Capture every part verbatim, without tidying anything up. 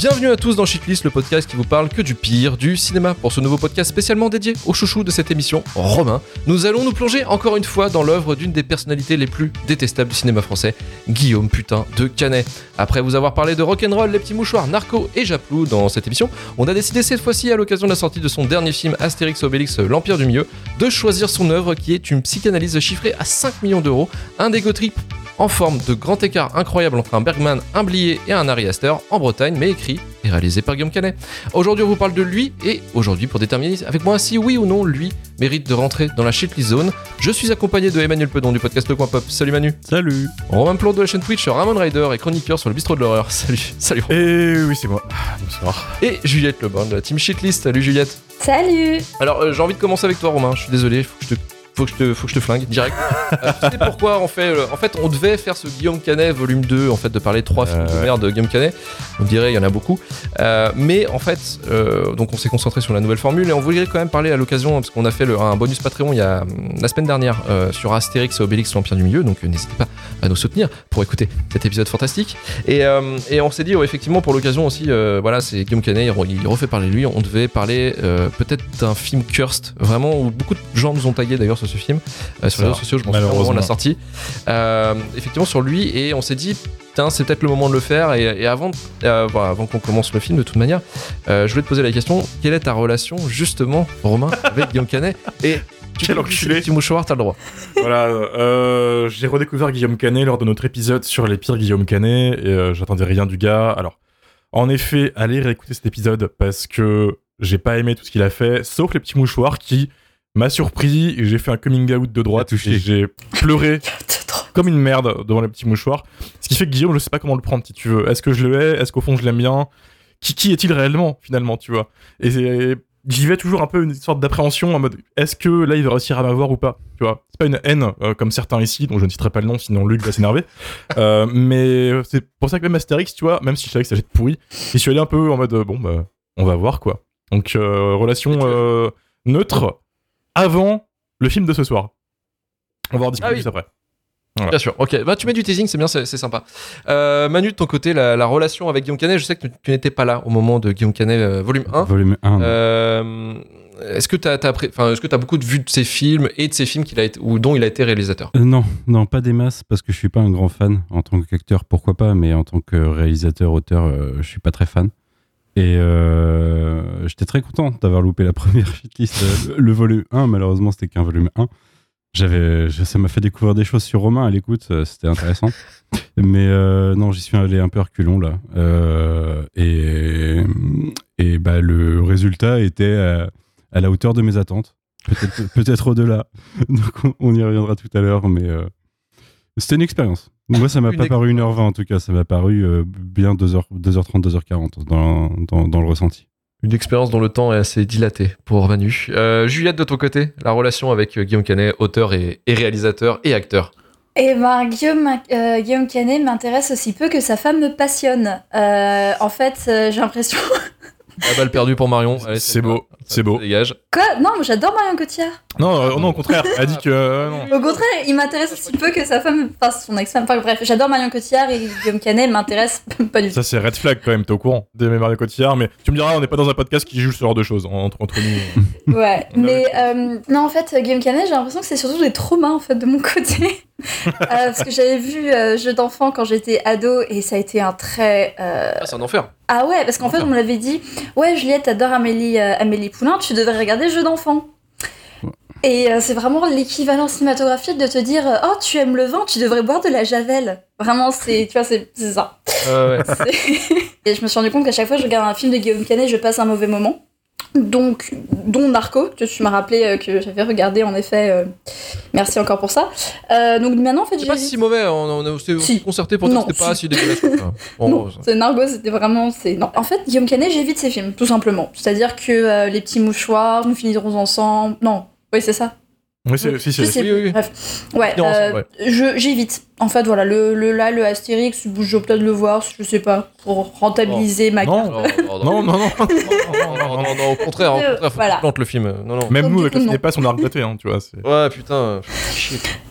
Bienvenue à tous dans Shitlist, le podcast qui vous parle que du pire du cinéma. Pour ce nouveau podcast spécialement dédié au chouchou de cette émission, Romain, nous allons nous plonger encore une fois dans l'œuvre d'une des personnalités les plus détestables du cinéma français, Guillaume Putain de Canet. Après vous avoir parlé de rock'n'roll, Les Petits Mouchoirs, Narco et Japlou dans cette émission, on a décidé cette fois-ci, à l'occasion de la sortie de son dernier film Astérix Obélix, l'Empire du Milieu, de choisir son œuvre qui est une psychanalyse chiffrée à cinq millions d'euros, un dégo trip en forme de grand écart incroyable entre un Bergman, un Blier et un Ari Aster en Bretagne, mais écrit et réalisé par Guillaume Canet. Aujourd'hui, on vous parle de lui, et aujourd'hui, pour déterminer avec moi si oui ou non lui mérite de rentrer dans la shitlist zone, je suis accompagné de Emmanuel Pedon du podcast Le Coin Pop. Salut Manu. Salut. Romain Plante de la chaîne Twitch, Ramon Rider et chroniqueur sur le bistrot de l'horreur. Salut. Salut. Et oui, c'est moi. Bonsoir. Et Juliette Lebrun de la team Shitlist. Salut Juliette. Salut. Alors, euh, j'ai envie de commencer avec toi, Romain. Je suis désolé, faut que je te Faut que, je te, faut que je te flingue direct. euh, tu sais pourquoi on fait euh, en fait on devait faire ce Guillaume Canet volume deux, en fait, de parler de trois films euh... de merde de Guillaume Canet. On dirait il y en a beaucoup, euh, mais en fait euh, donc on s'est concentré sur la nouvelle formule et on voulait quand même parler à l'occasion, parce qu'on a fait le, un bonus Patreon il y a la semaine dernière euh, sur Astérix et Obélix l'Empire du Milieu, donc euh, n'hésitez pas à nous soutenir pour écouter cet épisode fantastique. Et, euh, et on s'est dit, oh, effectivement, pour l'occasion aussi, euh, voilà, c'est Guillaume Canet, il, il refait parler de lui. On devait parler euh, peut-être d'un film Cursed, vraiment, où beaucoup de gens nous ont tagué d'ailleurs sur ce film, euh, sur les réseaux sociaux, je m'en souviens au moment de la sortie. Euh, effectivement, sur lui, et on s'est dit, putain, c'est peut-être le moment de le faire. Et, et avant, euh, voilà, avant qu'on commence le film, de toute manière, euh, je voulais te poser la question, quelle est ta relation, justement, Romain, avec Guillaume Canet? Et quel enculé. Petit mouchoir, t'as le droit. Voilà, euh, j'ai redécouvert Guillaume Canet lors de notre épisode sur les pires Guillaume Canet, et euh, j'attendais rien du gars. Alors, en effet, allez réécouter cet épisode, parce que j'ai pas aimé tout ce qu'il a fait, sauf les petits mouchoirs qui m'a surpris, et j'ai fait un coming out de droite, et j'ai pleuré comme une merde devant les petits mouchoirs. Ce qui fait que Guillaume, je sais pas comment le prendre, si tu veux. Est-ce que je le hais? Est-ce qu'au fond je l'aime bien? Qui, qui est-il réellement, finalement, tu vois? Et c'est... J'y vais toujours un peu une sorte d'appréhension en mode, est-ce que là il va réussir à m'avoir ou pas, tu vois? C'est pas une haine euh, comme certains ici, dont je ne citerai pas le nom sinon Luc va s'énerver, euh, mais c'est pour ça que même Astérix, tu vois, même si je savais que ça allait être pourri, j'y suis allé un peu en mode, euh, bon bah on va voir quoi. Donc euh, relation euh, neutre avant le film de ce soir. On va en discuter ah oui. juste après. Voilà. Bien sûr, ok. Bah, tu mets du teasing, c'est bien, c'est, c'est sympa. Euh, Manu, de ton côté, la, la relation avec Guillaume Canet, je sais que tu, tu n'étais pas là au moment de Guillaume Canet euh, volume un. Volume un. Euh, est-ce que tu as est-ce que tu as beaucoup de vues de ses films et de ses films qu'il a été, ou dont il a été réalisateur? euh, Non, non, pas des masses, parce que je suis pas un grand fan. En tant qu'acteur, pourquoi pas, mais en tant que réalisateur, auteur, euh, je suis pas très fan. Et euh, j'étais très content d'avoir loupé la première shitlist. le, le volume un, malheureusement, c'était qu'un volume un. J'avais, ça m'a fait découvrir des choses sur Romain à l'écoute, c'était intéressant. Mais euh, non, j'y suis allé un peu reculons là. Euh, et et bah, le résultat était à, à la hauteur de mes attentes. Peut-être, peut-être au-delà. Donc on, on y reviendra tout à l'heure. Mais euh, c'était une expérience. Moi, ça m'a pas paru une heure vingt en tout cas. Ça m'a paru euh, bien deux heures, deux heures trente, deux heures quarante dans, dans, dans le ressenti. Une expérience dont le temps est assez dilaté pour Manu. Euh, Juliette, de ton côté, la relation avec Guillaume Canet, auteur et, et réalisateur et acteur. Eh ben, Guillaume, euh, Guillaume Canet m'intéresse aussi peu que sa femme me passionne. Euh, en fait, euh, j'ai l'impression... La balle perdue pour Marion. Allez, c'est, c'est beau, ça, c'est beau. Dégage. Quoi? Non, mais j'adore Marion Cotillard. Non, euh, non, au contraire, elle a dit que... Euh, non. Au contraire, il m'intéresse aussi peu que sa femme... Enfin, son ex-femme. Enfin, bref, j'adore Marion Cotillard et Guillaume Canet m'intéresse pas du tout. Ça, c'est red flag quand même, t'es au courant d'aimer Marion Cotillard, mais tu me diras, on n'est pas dans un podcast qui juge ce genre de choses, entre, entre nous. Ouais, mais... Euh, non, en fait, Guillaume Canet, j'ai l'impression que c'est surtout des traumas, en fait, de mon côté. euh, parce que j'avais vu euh, Jeux d'enfant quand j'étais ado, et ça a été un très... Euh... Ah, c'est un enfer. Ah ouais, parce qu'en fait, on me l'avait dit, ouais, Juliette, t'adores Amélie, euh, Amélie Poulain, tu devrais regarder Jeux d'enfant. Et euh, c'est vraiment l'équivalent cinématographique de te dire, oh, tu aimes le vin, tu devrais boire de la javel. Vraiment, c'est, tu vois, c'est, c'est ça. Euh, ouais. C'est... Et je me suis rendu compte qu'à chaque fois que je regarde un film de Guillaume Canet, je passe un mauvais moment. Donc, dont Narco, que tu m'as rappelé euh, que j'avais regardé en effet. Euh, merci encore pour ça. Euh, donc maintenant, en fait, c'est j'ai pas vu... si mauvais, on, on, s'est si. concerté pour dire Non, que c'était pas si. si dégueulasse. Bon, non, ça. c'est Narco, c'était vraiment... C'est... Non. En fait, Guillaume Canet, j'évite ses films, tout simplement. C'est-à-dire que euh, Les Petits Mouchoirs, Nous finirons ensemble... Non, oui, c'est ça. Oui, c'est, si, c'est, je sais, oui, oui, oui. Bref, ouais, Finirons euh, ensemble, ouais. Je, j'évite. En fait, voilà, le, le, là, le Astérix, je vais peut-être le voir, je sais pas, pour rentabiliser Oh. ma Non. carte. Non, non, Non, non, non. non, non, non, non, au contraire, au contraire, faut Voilà. que tu plantes le film. Non, non. Même Donc, nous, du avec coup, le non. cinépass, on a regretté, hein, tu vois. C'est... Ouais, putain. Chier.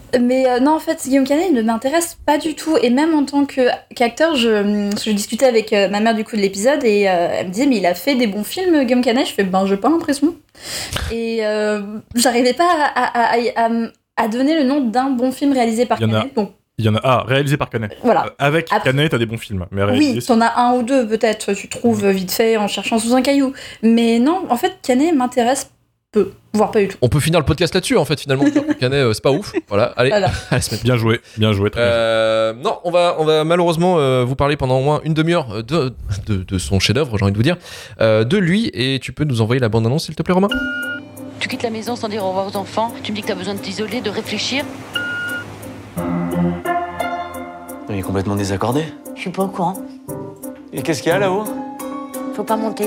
Mais euh, non, en fait, Guillaume Canet ne m'intéresse pas du tout. Et même en tant que, qu'acteur, je, je discutais avec euh, ma mère du coup de l'épisode et euh, elle me disait, mais il a fait des bons films, Guillaume Canet. Je fais, ben, j'ai pas l'impression. Et euh, j'arrivais pas à, à, à, à, à donner le nom d'un bon film réalisé par Canet. A... Donc, il y en a ah, réalisé par Canet. Voilà. Euh, avec Après... Canet, t'as des bons films. Mais oui, t'en as un ou deux peut-être, tu trouves vite fait en cherchant sous un caillou. Mais non, en fait, Canet m'intéresse peu, voire pas du tout. On peut finir le podcast là-dessus en fait finalement. Canet, euh, c'est pas ouf. Voilà, allez, voilà. allez se mettre. Bien joué, bien joué. Très euh, bien. Non, on va, on va malheureusement euh, vous parler pendant au moins une demi-heure de, de, de son chef-d'œuvre, j'ai envie de vous dire, euh, de lui. Et tu peux nous envoyer la bande-annonce, s'il te plaît, Romain. Tu quittes la maison sans dire au revoir aux enfants. Tu me dis que t'as besoin de t'isoler, de réfléchir. Il est complètement désaccordé. Je suis pas au courant. Et qu'est-ce qu'il y a là-haut ? Faut pas monter.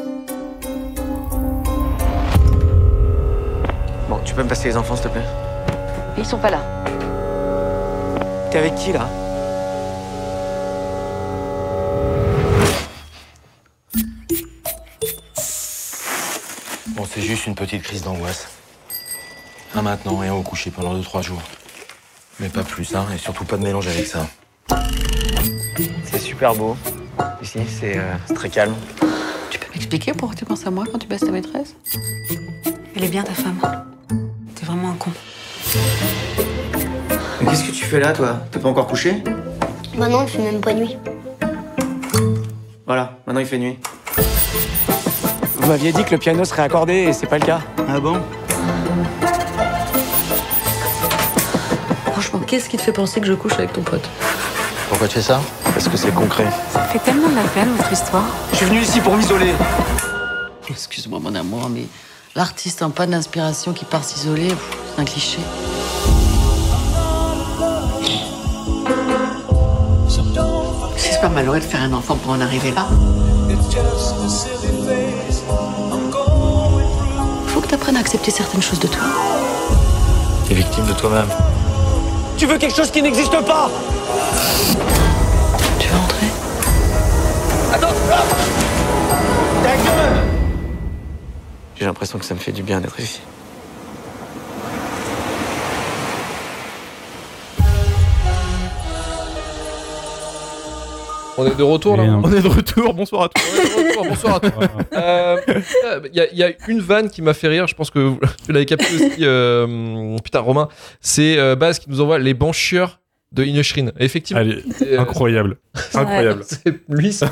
Bon, tu peux me passer les enfants, s'il te plaît ? Ils sont pas là. T'es avec qui, là ? Bon, c'est juste une petite crise d'angoisse. Un maintenant et un au coucher pendant deux trois jours. Mais pas plus, hein, et surtout pas de mélange avec ça. C'est super beau. Ici, c'est euh, très calme. Tu peux m'expliquer pourquoi tu penses à moi quand tu baisses ta maîtresse ? Elle est bien, ta femme. T'es vraiment un con. Mais qu'est-ce que tu fais là, toi ? T'es pas encore couché ? Bah non, il fait même pas nuit. Voilà, maintenant il fait nuit. Vous m'aviez dit que le piano serait accordé et c'est pas le cas. Ah bon ? Franchement, qu'est-ce qui te fait penser que je couche avec ton pote ? Pourquoi tu fais ça ? Parce que c'est concret. Ça fait tellement de la peine, votre histoire. Je suis venu ici pour m'isoler. Excuse-moi, mon amour, mais l'artiste en panne d'inspiration qui part s'isoler, c'est un cliché. C'est pas malheureux de faire un enfant pour en arriver là. Faut que t'apprennes à accepter certaines choses de toi. T'es victime de toi-même. Tu veux quelque chose qui n'existe pas ? Tu veux rentrer ? Attends, stop ! Ta gueule ! J'ai l'impression que ça me fait du bien d'être ici. On est de retour là. On est de retour, bonsoir à tous. On est de retour, bonsoir à tous. Il euh, y, y a une vanne qui m'a fait rire, je pense que vous, tu l'avez capté aussi, euh, putain Romain, c'est euh, Baz qui nous envoie les banchieurs de Inisherin. Effectivement. Allez, euh, incroyable. Incroyable. C'est lui, ça.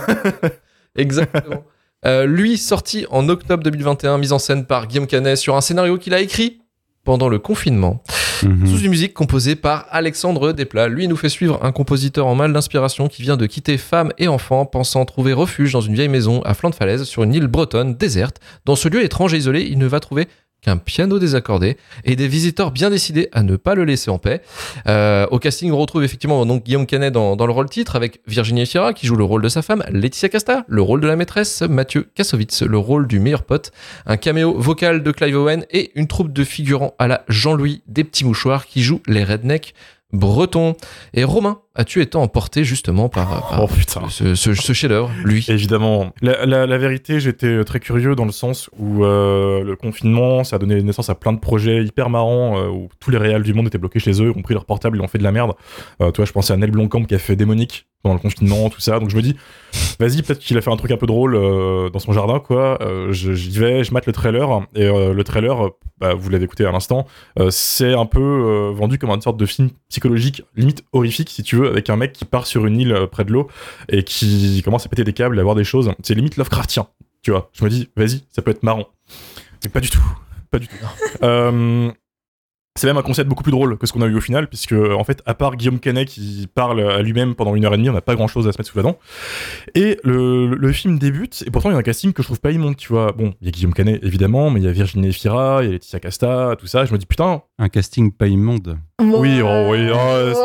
Exactement. Euh, lui, sorti en octobre deux mille vingt et un, mise en scène par Guillaume Canet sur un scénario qu'il a écrit pendant le confinement, mmh. sous une musique composée par Alexandre Desplat. Lui, il nous fait suivre un compositeur en mal d'inspiration qui vient de quitter femme et enfants, pensant trouver refuge dans une vieille maison à flanc de falaise sur une île bretonne déserte. Dans ce lieu étrange et isolé, il ne va trouver qu'un piano désaccordé et des visiteurs bien décidés à ne pas le laisser en paix. Euh, au casting, on retrouve effectivement donc Guillaume Canet dans, dans le rôle titre, avec Virginie Efira qui joue le rôle de sa femme, Laetitia Casta, le rôle de la maîtresse, Mathieu Kassovitz, le rôle du meilleur pote, un caméo vocal de Clive Owen et une troupe de figurants à la Jean-Louis des Petits Mouchoirs qui jouent les rednecks bretons. Et Romain, as-tu été emporté justement par, par oh, putain. ce, ce, ce chef-d'œuvre, lui ? Évidemment. La, la, la vérité, j'étais très curieux dans le sens où euh, le confinement, ça a donné naissance à plein de projets hyper marrants euh, où tous les réals du monde étaient bloqués chez eux, ils ont pris leur portable, ils ont fait de la merde. Euh, tu vois, je pensais à Nel Blomkamp qui a fait Démonique pendant le confinement, tout ça. Donc je me dis, vas-y, peut-être qu'il a fait un truc un peu drôle euh, dans son jardin, quoi. Euh, j'y vais, je mate le trailer et euh, le trailer, bah, vous l'avez écouté à l'instant, euh, c'est un peu euh, vendu comme une sorte de film psychologique, limite horrifique, si tu veux, avec un mec qui part sur une île euh, près de l'eau et qui commence à péter des câbles, à voir des choses. C'est limite Lovecraftien, tu vois. Je me dis, vas-y, ça peut être marrant. Mais pas du tout. Pas du tout. euh, c'est même un concept beaucoup plus drôle que ce qu'on a eu au final, puisque, en fait, à part Guillaume Canet qui parle à lui-même pendant une heure et demie, on n'a pas grand-chose à se mettre sous la dent. Et le, le film débute, et pourtant, il y a un casting que je trouve pas immonde, tu vois. Bon, il y a Guillaume Canet, évidemment, mais il y a Virginie Efira, il y a Laetitia Casta, tout ça. Je me dis, putain... Un casting pas immonde. Oui, oh, oui, oh, c'est,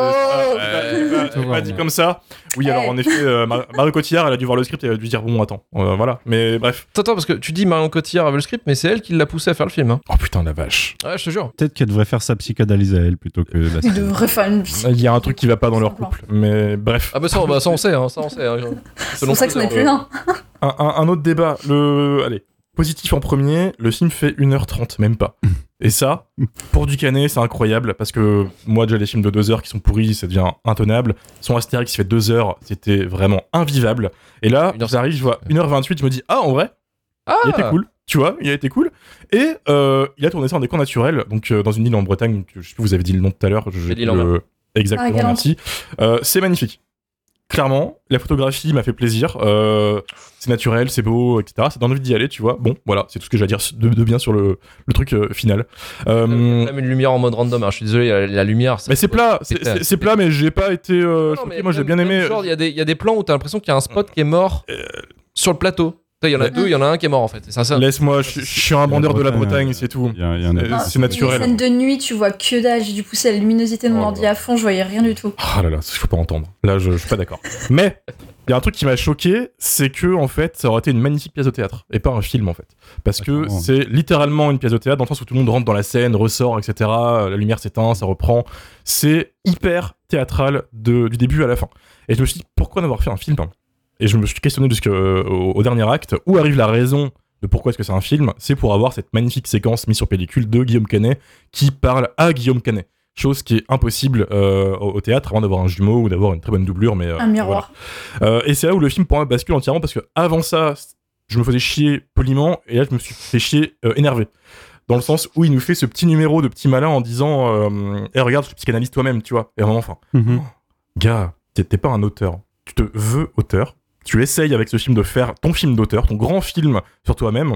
c'est, c'est, pas, pas dit comme ça. Oui, alors en effet, euh, Mar- Marion Cotillard, elle a dû voir le script et elle a dû dire bon, attends, euh, voilà. Mais bref. Attends, parce que tu dis Marion Cotillard avait le script, mais c'est elle qui l'a poussé à faire le film. Hein. Oh putain, la vache. Ouais, je te jure. Peut-être qu'elle devrait faire sa psychanalyse à elle plutôt que la. Il devrait faire une. Il y a un truc qui va pas dans leur couple, mais bref. Ah bah ça, bah, ça on sait, hein, ça on sait. Hein. C'est pour ça que ce n'est plus un. Un, un. Un autre débat. Le, allez, positif en premier. Le film fait une heure trente, même pas. Et ça, pour du Canet, c'est incroyable parce que moi, déjà, les films de deux heures qui sont pourris, ça devient intenable. Son Astérix qui fait deux heures, c'était vraiment invivable. Et là, j'arrive, je vois une heure vingt-huit, je me dis, ah, en vrai, Ah il était cool. Tu vois, il a été cool. Et euh, il a tourné ça en décor naturel, donc euh, dans une île en Bretagne. Je sais plus, vous avez dit le nom tout à l'heure. Je, C'est l'île en mer. Exactement, Ah, merci. Euh, c'est magnifique. Clairement, la photographie m'a fait plaisir. Euh, c'est naturel, c'est beau, et cetera. Ça donne envie d'y aller, tu vois. Bon, voilà, c'est tout ce que j'ai à dire de, de bien sur le, le truc euh, final. Euh, Euh, Même une lumière en mode random. Alors, je suis désolé, la, la lumière. mais c'est plat, c'est, c'est, c'est plat, mais j'ai pas été. Euh, Non, choqué. mais Moi, j'ai même- bien même aimé. genre, il y, a des- il y a des plans où t'as l'impression qu'il y a un spot qui est mort sur le plateau. Il y en a Ouais. deux, il y en a un qui est mort en fait. C'est ça. ça. Laisse-moi, je, je suis un bandeur de la Bretagne, c'est tout. Il y a, il y a un Euh, Ah, c'est Les naturel. scènes de nuit, tu vois que dalle, j'ai dû pousser la luminosité de mon Oh là ordi là. à fond, je voyais rien du tout. Ah là là, ça, je peux pas entendre. Là, je, je suis pas d'accord. Mais il y a un truc qui m'a choqué, c'est que en fait, ça aurait été une magnifique pièce de théâtre et pas un film en fait, parce que D'accord. c'est littéralement une pièce de théâtre dans le sens où tout le monde rentre dans la scène, ressort, et cetera. La lumière s'éteint, ça reprend. C'est hyper théâtral de, du début à la fin. Et je me suis dit pourquoi n'avoir fait un film? Et je me suis questionné jusqu'au au, au dernier acte où arrive la raison de pourquoi est-ce que c'est un film. C'est pour avoir cette magnifique séquence mise sur pellicule de Guillaume Canet qui parle à Guillaume Canet. Chose qui est impossible euh, au, au théâtre avant d'avoir un jumeau ou d'avoir une très bonne doublure. Mais, euh, Un miroir. voilà. Euh, et c'est là où le film pour moi bascule entièrement parce que avant ça, je me faisais chier poliment et là je me suis fait chier euh, énervé. Dans le sens où il nous fait ce petit numéro de petit malin en disant euh, Eh, regarde, je suis psychanalyste toi-même, tu vois. Et vraiment, enfin, Mhm. gars, t'es, t'es pas un auteur. Tu te veux auteur. Tu essayes avec ce film de faire ton film d'auteur, ton grand film sur toi-même.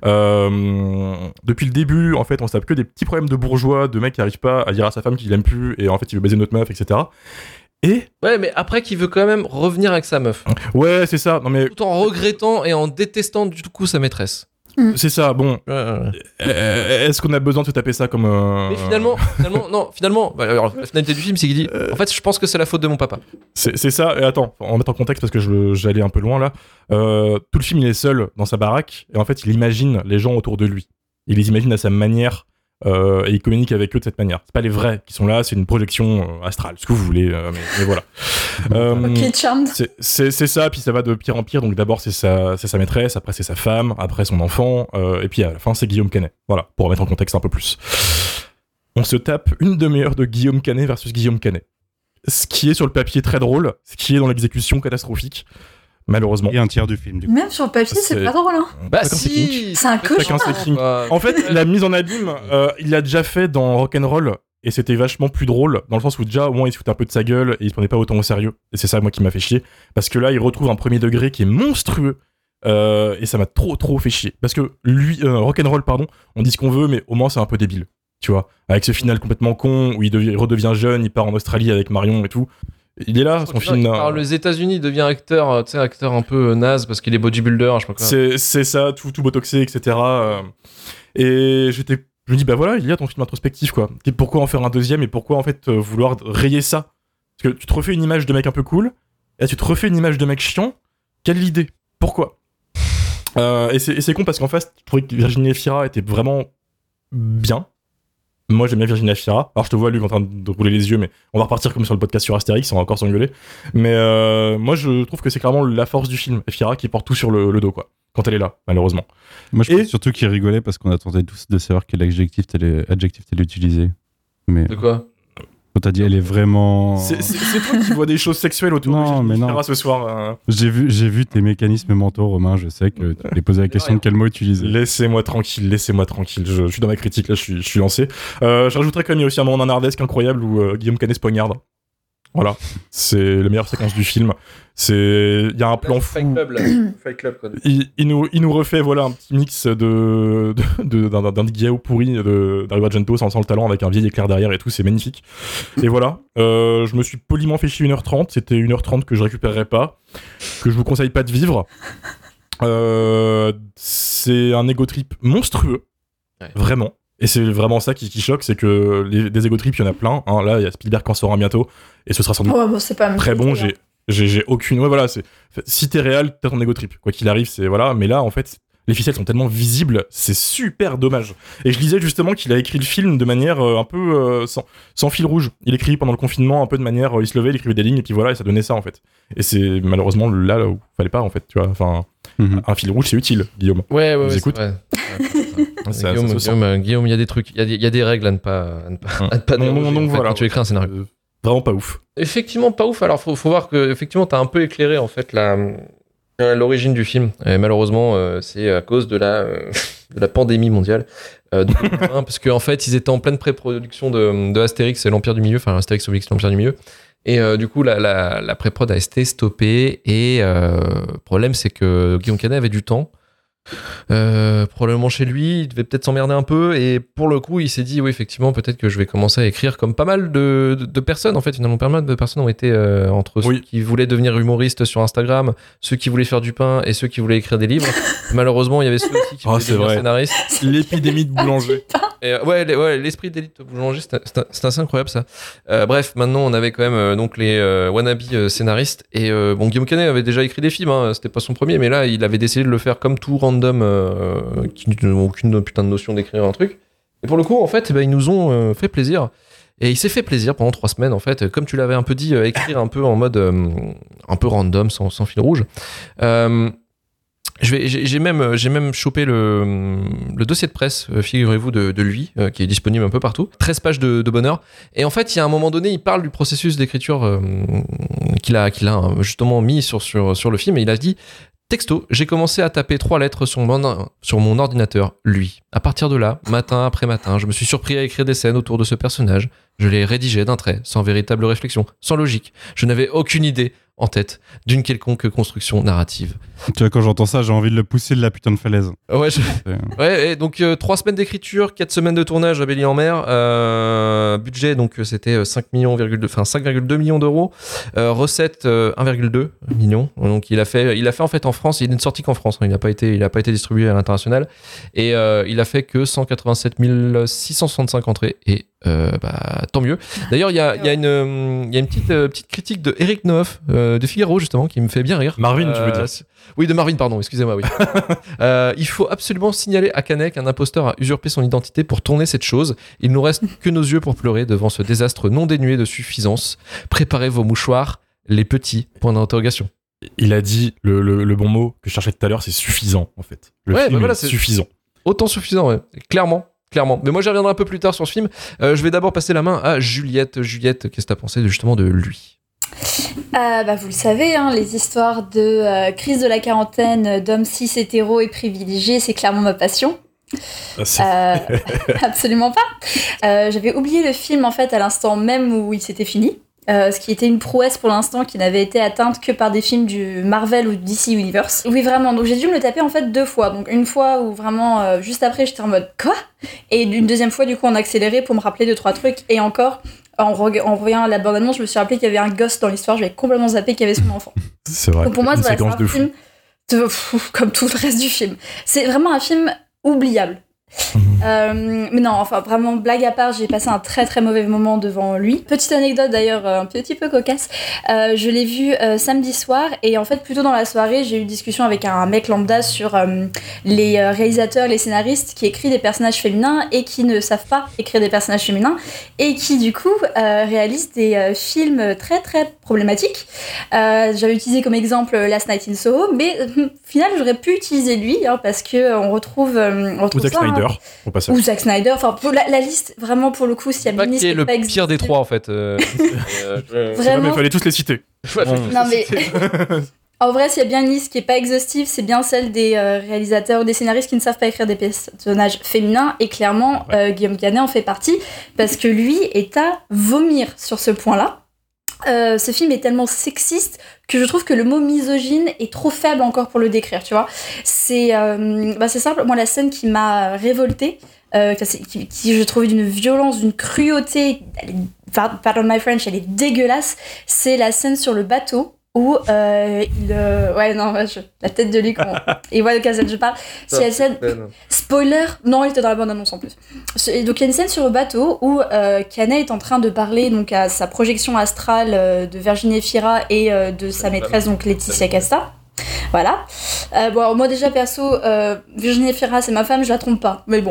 Euh, depuis le début, en fait, on se tape que des petits problèmes de bourgeois, de mecs qui arrivent pas à dire à sa femme qu'il aime plus et en fait il veut baiser notre meuf, et cetera. Et Ouais, mais après qu'il veut quand même revenir avec sa meuf. ouais, c'est ça. Non mais Tout en regrettant et en détestant du coup sa maîtresse. c'est ça. Bon, Ouais, ouais, ouais. euh, est-ce qu'on a besoin de se taper ça comme euh, Mais finalement, finalement, non, finalement, bah, alors, la finalité du film, c'est qu'il dit en fait, je pense que c'est la faute de mon papa. C'est, c'est ça, et attends, on va mettre en contexte parce que je, j'allais un peu loin là. Euh, tout le film, il est seul dans sa baraque, et en fait, il imagine les gens autour de lui. Il les imagine à sa manière, euh, et il communique avec eux de cette manière. C'est pas les vrais qui sont là, c'est une projection euh, astrale, ce que vous voulez, euh, mais, mais voilà. Euh, Ok, charmed. c'est, c'est, c'est ça, puis ça va de pire en pire. Donc d'abord, c'est sa, c'est sa maîtresse, après, c'est sa femme, après, son enfant, euh, et puis à la fin, c'est Guillaume Canet. Voilà, pour remettre en contexte un peu plus. On se tape une demi-heure de Guillaume Canet versus Guillaume Canet. Ce qui est sur le papier très drôle, ce qui est dans l'exécution catastrophique, malheureusement. Et un tiers du film, du coup. Même sur le papier, c'est, C'est- pas drôle, hein. Bah Chacun ses si. C'est un Chacun cauchemar. ses kinks. Bah, En fait, la mise en abîme, euh, il l'a déjà fait dans Rock'n'Roll, et c'était vachement plus drôle, dans le sens où déjà, au moins, il se foutait un peu de sa gueule, et il se prenait pas autant au sérieux. Et c'est ça, moi, qui m'a fait chier. Parce que là, il retrouve un premier degré qui est monstrueux, euh, et ça m'a trop, trop fait chier. Parce que lui, euh, Rock'n'Roll, pardon, on dit ce qu'on veut, mais au moins, c'est un peu débile. Tu vois, avec ce final complètement con, où il, devient- il redevient jeune, il part en Australie avec Marion et tout. Il est là, son film. Il euh, part aux États-Unis, il devient acteur, euh, tu sais, acteur un peu euh, naze parce qu'il est bodybuilder, je sais pas quoi. C'est, c'est ça, tout, tout botoxé, et cetera. euh. Et j'étais, je me dis, bah voilà, il y a ton film introspectif, quoi. Et pourquoi en faire un deuxième et pourquoi en fait euh, vouloir rayer ça? Parce que tu te refais une image de mec un peu cool, et là, tu te refais une image de mec chiant. Quelle idée? Pourquoi? euh, et, c'est, et c'est con parce qu'en face, je trouvais que Virginie Efira était vraiment bien. Moi, j'aime bien Virginie Efira. Alors, je te vois, Luc, en train de rouler les yeux, mais on va repartir comme sur le podcast sur Astérix, on va encore s'engueuler. Mais euh, moi, je trouve que c'est clairement la force du film. Efira qui porte tout sur le, le dos, quoi. Quand elle est là, malheureusement. Moi, je Et- pense surtout qu'il rigolait parce qu'on attendait tous de savoir quel adjectif t'allais, adjectif t'allais utiliser. Mais De quoi? quand t'as dit elle est vraiment... C'est, c'est, c'est toi qui vois des choses sexuelles autour Non, de Virginie mais non. Efira ce soir. euh. J'ai vu, j'ai vu tes mécanismes mentaux, Romain. Je sais que tu t'es posé la question de quel mot utiliser. Laissez-moi tranquille, laissez-moi tranquille. Je, je suis dans ma critique, là, je suis, je suis lancé. Euh, je rajouterais quand même, il y a aussi un moment nanardesque incroyable où euh, Guillaume Canet se poignarde. Voilà, c'est la meilleure séquence du film. C'est, il y a un plan fou. Fight Club, là. Fight Club, quoi. Il, il nous, il nous refait voilà un petit mix de, de, de- d'un, d'un Guillaume pourri de, d'Ario Argento sans, sans le talent avec un vieil éclair derrière et tout, c'est magnifique. Et voilà, euh, je me suis poliment fait chier une heure trente, c'était une heure trente que je récupérerai pas, que je vous conseille pas de vivre. Euh, c'est un ego trip monstrueux, Ouais. vraiment. Et c'est vraiment ça qui, qui choque, c'est que les, des ego trips, il y en a plein. Hein. Là, il y a Spielberg qui en sort un bientôt, et ce sera sans doute Ouais, bon, c'est pas très bon. J'ai, j'ai, j'ai aucune. Ouais, voilà, c'est. Si t'es réel, t'as ton ego trip. Quoi qu'il arrive, c'est. Voilà. Mais là, en fait, les ficelles sont tellement visibles, c'est super dommage. Et je lisais justement qu'il a écrit le film de manière euh, un peu euh, sans, sans fil rouge. Il écrit pendant le confinement un peu de manière. Euh, il se levait, il écrivait des lignes, et puis voilà, et ça donnait ça, en fait. Et c'est malheureusement là, là où fallait pas, en fait, tu vois. Enfin, Mhm. un fil rouge, c'est utile, Guillaume. Ouais, ouais, Vous ouais. écoute c'est vrai. Ça, Guillaume, ça se Guillaume, euh, Guillaume, il y a des trucs, il y a des, il y a des règles à ne pas, à ne pas, à ne pas Non, déroger, non, donc en fait, voilà. quand tu écris un scénario. Euh, Vraiment pas ouf. Effectivement, pas ouf. Alors, faut, faut voir que effectivement, t'as un peu éclairé en fait la euh, l'origine du film. Et malheureusement, euh, c'est à cause de la euh, de la pandémie mondiale. Euh, de deux mille vingt, parce qu'en fait, ils étaient en pleine pré-production de, de Astérix et l'Empire du Milieu, enfin Astérix Obélix et l'Empire du Milieu. Et euh, du coup, la, la, la pré-prod a été stoppée. Et euh, le problème, c'est que Guillaume Canet avait du temps. Euh, probablement chez lui, il devait peut-être s'emmerder un peu, et pour le coup il s'est dit oui effectivement peut-être que je vais commencer à écrire comme pas mal de, de, de personnes en fait, finalement pas mal de personnes ont été euh, entre Oui. ceux qui voulaient devenir humoristes sur Instagram, ceux qui voulaient faire du pain et ceux qui voulaient écrire des livres. Malheureusement il y avait ceux aussi qui Oh, voulaient c'est devenir vrai. scénaristes. L'épidémie de boulanger. Et, euh, ouais, les- ouais, l'esprit d'élite boulanger, c'est c'est- c'est assez incroyable ça. Euh, bref, maintenant on avait quand même euh, donc les euh, wannabe euh, scénaristes, et euh, bon, Guillaume Canet avait déjà écrit des films, hein, c'était pas son premier, mais là il avait décidé de le faire comme tout random, euh, qui n'ont aucune putain de notion d'écrire un truc. Et pour le coup, en fait, eh ben, ils nous ont euh, fait plaisir. Et il s'est fait plaisir pendant trois semaines, en fait, comme tu l'avais un peu dit, euh, écrire un peu en mode euh, un peu random, sans, sans fil rouge. Euh, Je vais, j'ai, j'ai même, j'ai même chopé le, le dossier de presse, euh, figurez-vous, de, de lui, euh, qui est disponible un peu partout. treize pages de, de bonheur. Et en fait, il y a un moment donné, il parle du processus d'écriture euh, qu'il a, qu'il a hein, justement mis sur, sur, sur le film. Et il a dit, texto, j'ai commencé à taper trois lettres sur mon, sur mon ordinateur, lui. À partir de là, matin après matin, je me suis surpris à écrire des scènes autour de ce personnage. Je les rédigeais d'un trait, sans véritable réflexion, sans logique. Je n'avais aucune idée en tête d'une quelconque construction narrative. Tu vois, quand j'entends ça, j'ai envie de le pousser de la putain de falaise. Ouais, je- C'est- ouais et donc euh, trois semaines d'écriture, quatre semaines de tournage à Belle-Île-en-Mer. Euh, budget, donc euh, c'était euh, cinq millions, enfin cinq virgule deux millions d'euros. Euh, recette euh, un virgule deux million. Donc il a fait, il a fait en fait en France. Il n'est sorti qu'en France. Hein, il n'a pas été, il a pas été distribué à l'international. Et euh, il a fait que cent quatre-vingt-sept mille six cent soixante-cinq entrées. Et euh, bah tant mieux. D'ailleurs, il y a, il y a une, euh, il y a une petite, euh, petite critique de Eric Neuf euh, de Figaro justement qui me fait bien rire. Marvin, tu veux dire. c'est- Oui, de Marvin, pardon, excusez-moi, oui. Euh, il faut absolument signaler à Canet qu'un imposteur a usurpé son identité pour tourner cette chose. Il nous reste que nos yeux pour pleurer devant ce désastre non dénué de suffisance. Préparez vos mouchoirs, les petits, point d'interrogation. Il a dit le, le, le bon mot que je cherchais tout à l'heure, c'est suffisant en fait. Le Ouais, film bah voilà, est c'est- suffisant. Autant suffisant, ouais. Clairement. Clairement. Mais moi, j'y reviendrai un peu plus tard sur ce film. Euh, je vais d'abord passer la main à Juliette. Juliette, qu'est-ce que t'as pensé de, justement de lui? Euh, bah, vous le savez, hein, les histoires de euh, crise de la quarantaine, d'hommes cis hétéros et privilégiés, c'est clairement ma passion. Ah, c'est- Euh, absolument pas. Euh, J'avais oublié le film en fait à l'instant même où il s'était fini. Euh, ce qui était une prouesse pour l'instant qui n'avait été atteinte que par des films du Marvel ou du D C Universe. Oui, vraiment. Donc j'ai dû me le taper en fait deux fois. Donc une fois où vraiment, euh, juste après, j'étais en mode quoi ? Et une deuxième fois, du coup, en accéléré pour me rappeler deux, trois trucs. Et encore, en, reg- en voyant la bande-annonce, je me suis rappelé qu'il y avait un gosse dans l'histoire. J'avais complètement zappé qu'il y avait son enfant. c'est vrai. Donc pour moi, Une c'est voilà, c'est séquence un de fou. film de, pff, comme tout le reste du film. C'est vraiment un film oubliable. Mhm. Euh, mais non, enfin vraiment, blague à part, j'ai passé un très très mauvais moment devant lui. Petite anecdote d'ailleurs, euh, un petit peu cocasse. Euh, je l'ai vu euh, samedi soir et en fait, plutôt dans la soirée, j'ai eu une discussion avec un mec lambda sur euh, les euh, réalisateurs, les scénaristes qui écrivent des personnages féminins et qui ne savent pas écrire des personnages féminins et qui du coup euh, réalisent des euh, films très très problématiques. Euh, J'avais utilisé comme exemple Last Night in Soho, mais euh, au final, j'aurais pu utiliser lui hein, parce que euh, on retrouve, euh, on Ou retrouve Zack ça, hein. Snyder, au passage. Ou Zack Snyder, enfin pour la, la liste, vraiment pour le coup, s'il y a Pas bien une qui est liste le pas pire existée- des trois, en fait. euh, euh, je- C'est vrai, mais Vraiment. il fallait tous les citer. Ouais, Bon. Non mais en vrai, s'il y a bien une liste qui est pas exhaustive, c'est bien celle des euh, réalisateurs ou des scénaristes qui ne savent pas écrire des personnages féminins. Et clairement, euh, Guillaume Canet en fait partie parce que lui est à vomir sur ce point-là. Euh, ce film est tellement sexiste que je trouve que le mot misogyne est trop faible encore pour le décrire, tu vois. C'est euh, bah c'est simple, moi la scène qui m'a révoltée, euh, qui, qui je trouvais d'une violence, d'une cruauté, elle est, pardon my French, elle est dégueulasse, c'est la scène sur le bateau où euh, il... Euh, ouais non, ouais, je, la tête de lui quand il voit de quelle scène je parle. C'est la scène... Spoiler, non, il était dans la bande annonce en plus. Et donc il y a une scène sur le bateau où euh, Canet est en train de parler donc à sa projection astrale euh, de Virginie Efira et euh, de sa maîtresse donc Laetitia Casta. Voilà. Euh, bon, alors, moi déjà perso, euh, Virginie Efira c'est ma femme, je la trompe pas. Mais bon,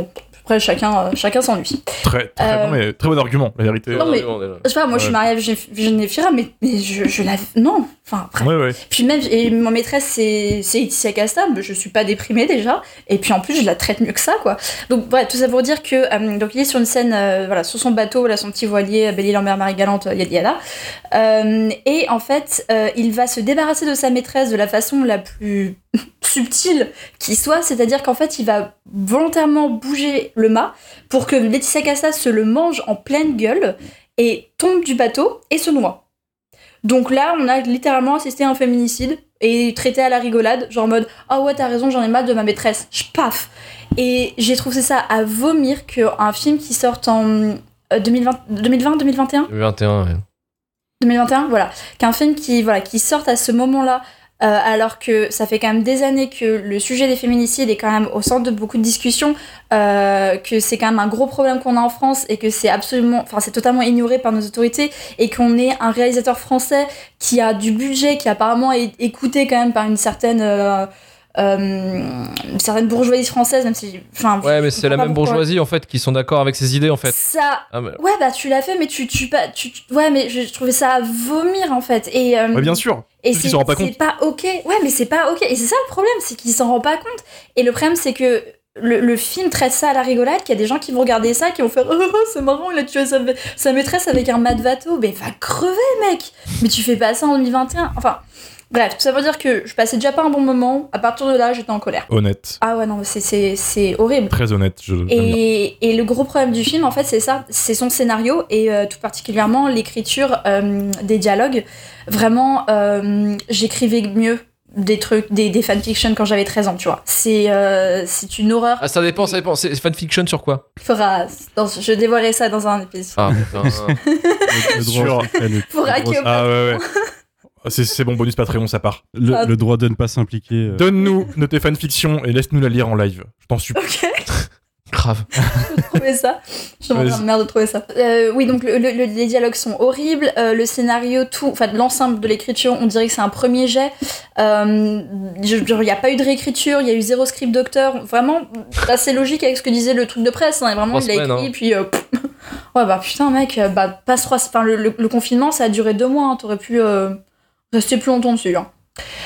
Après, chacun, euh, chacun s'ennuie. Très, très, Euh, non, mais très bon argument, la vérité. Non, mais- on est là. Je sais pas, moi je suis Ouais. mariée avec Gé- Geneviève, mais, mais je, je la. Non, enfin, après. Ouais, ouais. Puis même, et ma maîtresse, c'est c'est Laetitia Casta, mais je suis pas déprimée déjà. Et puis en plus, je la traite mieux que ça, quoi. Donc, bref, tout ça pour dire que. euh, donc, il est sur une scène, euh, voilà, sur son bateau, voilà, son petit voilier, Belle Île en mer, Marie Galante, yada yada. Euh, et en fait, euh, il va se débarrasser de sa maîtresse de la façon la plus subtile qui soit, c'est-à-dire qu'en fait, il va volontairement bouger le mât pour que Laetitia Casta se le mange en pleine gueule et tombe du bateau et se noie. Donc là, on a littéralement assisté à un féminicide et traité à la rigolade, genre en mode « Ah ouais, t'as raison, j'en ai marre de ma maîtresse. » Je paf. Et j'ai trouvé ça à vomir qu'un film qui sort en euh, deux mille vingt, deux mille vingt, deux mille vingt et un deux mille vingt et un, ouais. deux mille vingt et un, voilà. Qu'un film qui, voilà, qui sorte à ce moment-là, euh, alors que ça fait quand même des années que le sujet des féminicides est quand même au centre de beaucoup de discussions, euh, que c'est quand même un gros problème qu'on a en France et que c'est absolument, enfin c'est totalement ignoré par nos autorités et qu'on est un réalisateur français qui a du budget, qui apparemment est écouté quand même par une certaine... Euh, euh, une certaine bourgeoisie française, même si... Enfin, Ouais, mais je c'est la comprends pas même pourquoi. bourgeoisie en fait qui sont d'accord avec ces idées en fait. Ça... Ah, mais- Ouais, bah tu l'as fait, mais tu... tu, pas, tu, tu- ouais, mais je, je trouvais ça à vomir en fait. Et, euh, Ouais, bien sûr. Et Sauf c'est qu'il s'en rend pas c'est compte. pas ok. Ouais, mais c'est pas ok. Et c'est ça le problème, c'est qu'il s'en rend pas compte. Et le problème, c'est que le, le film traite ça à la rigolade, qu'il y a des gens qui vont regarder ça, qui vont faire oh, oh, c'est marrant, il a tué sa, sa maîtresse avec un mat de bateau. Mais va crever, mec. Mais tu fais pas ça en deux mille vingt et un. Enfin, bref, tout ça veut dire que je passais déjà pas un bon moment. À partir de là, j'étais en colère. Honnête. Ah ouais, non, c'est- c'est c'est horrible. Très honnête. Je... j'aime bien. Et, et le gros problème du film, en fait, c'est ça, c'est son scénario et euh, tout particulièrement l'écriture euh, des dialogues. Vraiment, euh, j'écrivais mieux des trucs, des, des fanfictions quand j'avais treize ans, tu vois. C'est euh, c'est une horreur. Ah, ça dépend, ça dépend. C'est fanfiction sur quoi? Faudra, dans- je dévoilerai ça dans un épisode. Ah, putain. Le, le Sûr. droit, secret, le, Faudra le droit- que- Ah ouais, ouais. Ah, C'est c'est bon, bonus Patreon, ça part. le- le droit de ne pas s'impliquer. euh, Donne-nous nos tes fanfictions et laisse-nous la lire en live. Je t'en supplie. Ok, Grave. je trouver ça. Je suis en train de Vas-y. merde de trouver ça. Euh, oui, donc le- le- le- les dialogues sont horribles. Euh, le scénario, tout, enfin l'ensemble de l'écriture, on dirait que c'est un premier jet. Euh, je- genre, il n'y a pas eu de réécriture, il y a eu zéro script docteur. Vraiment, assez logique avec ce que disait le truc de presse. Hein, et vraiment, Trois il a semaines, écrit, hein. puis. euh, pff. Ouais, bah putain, mec, euh, bah passe trois. Enfin, le, le- le confinement, ça a duré deux mois. Hein, t'aurais pu euh, rester plus longtemps dessus. Hein.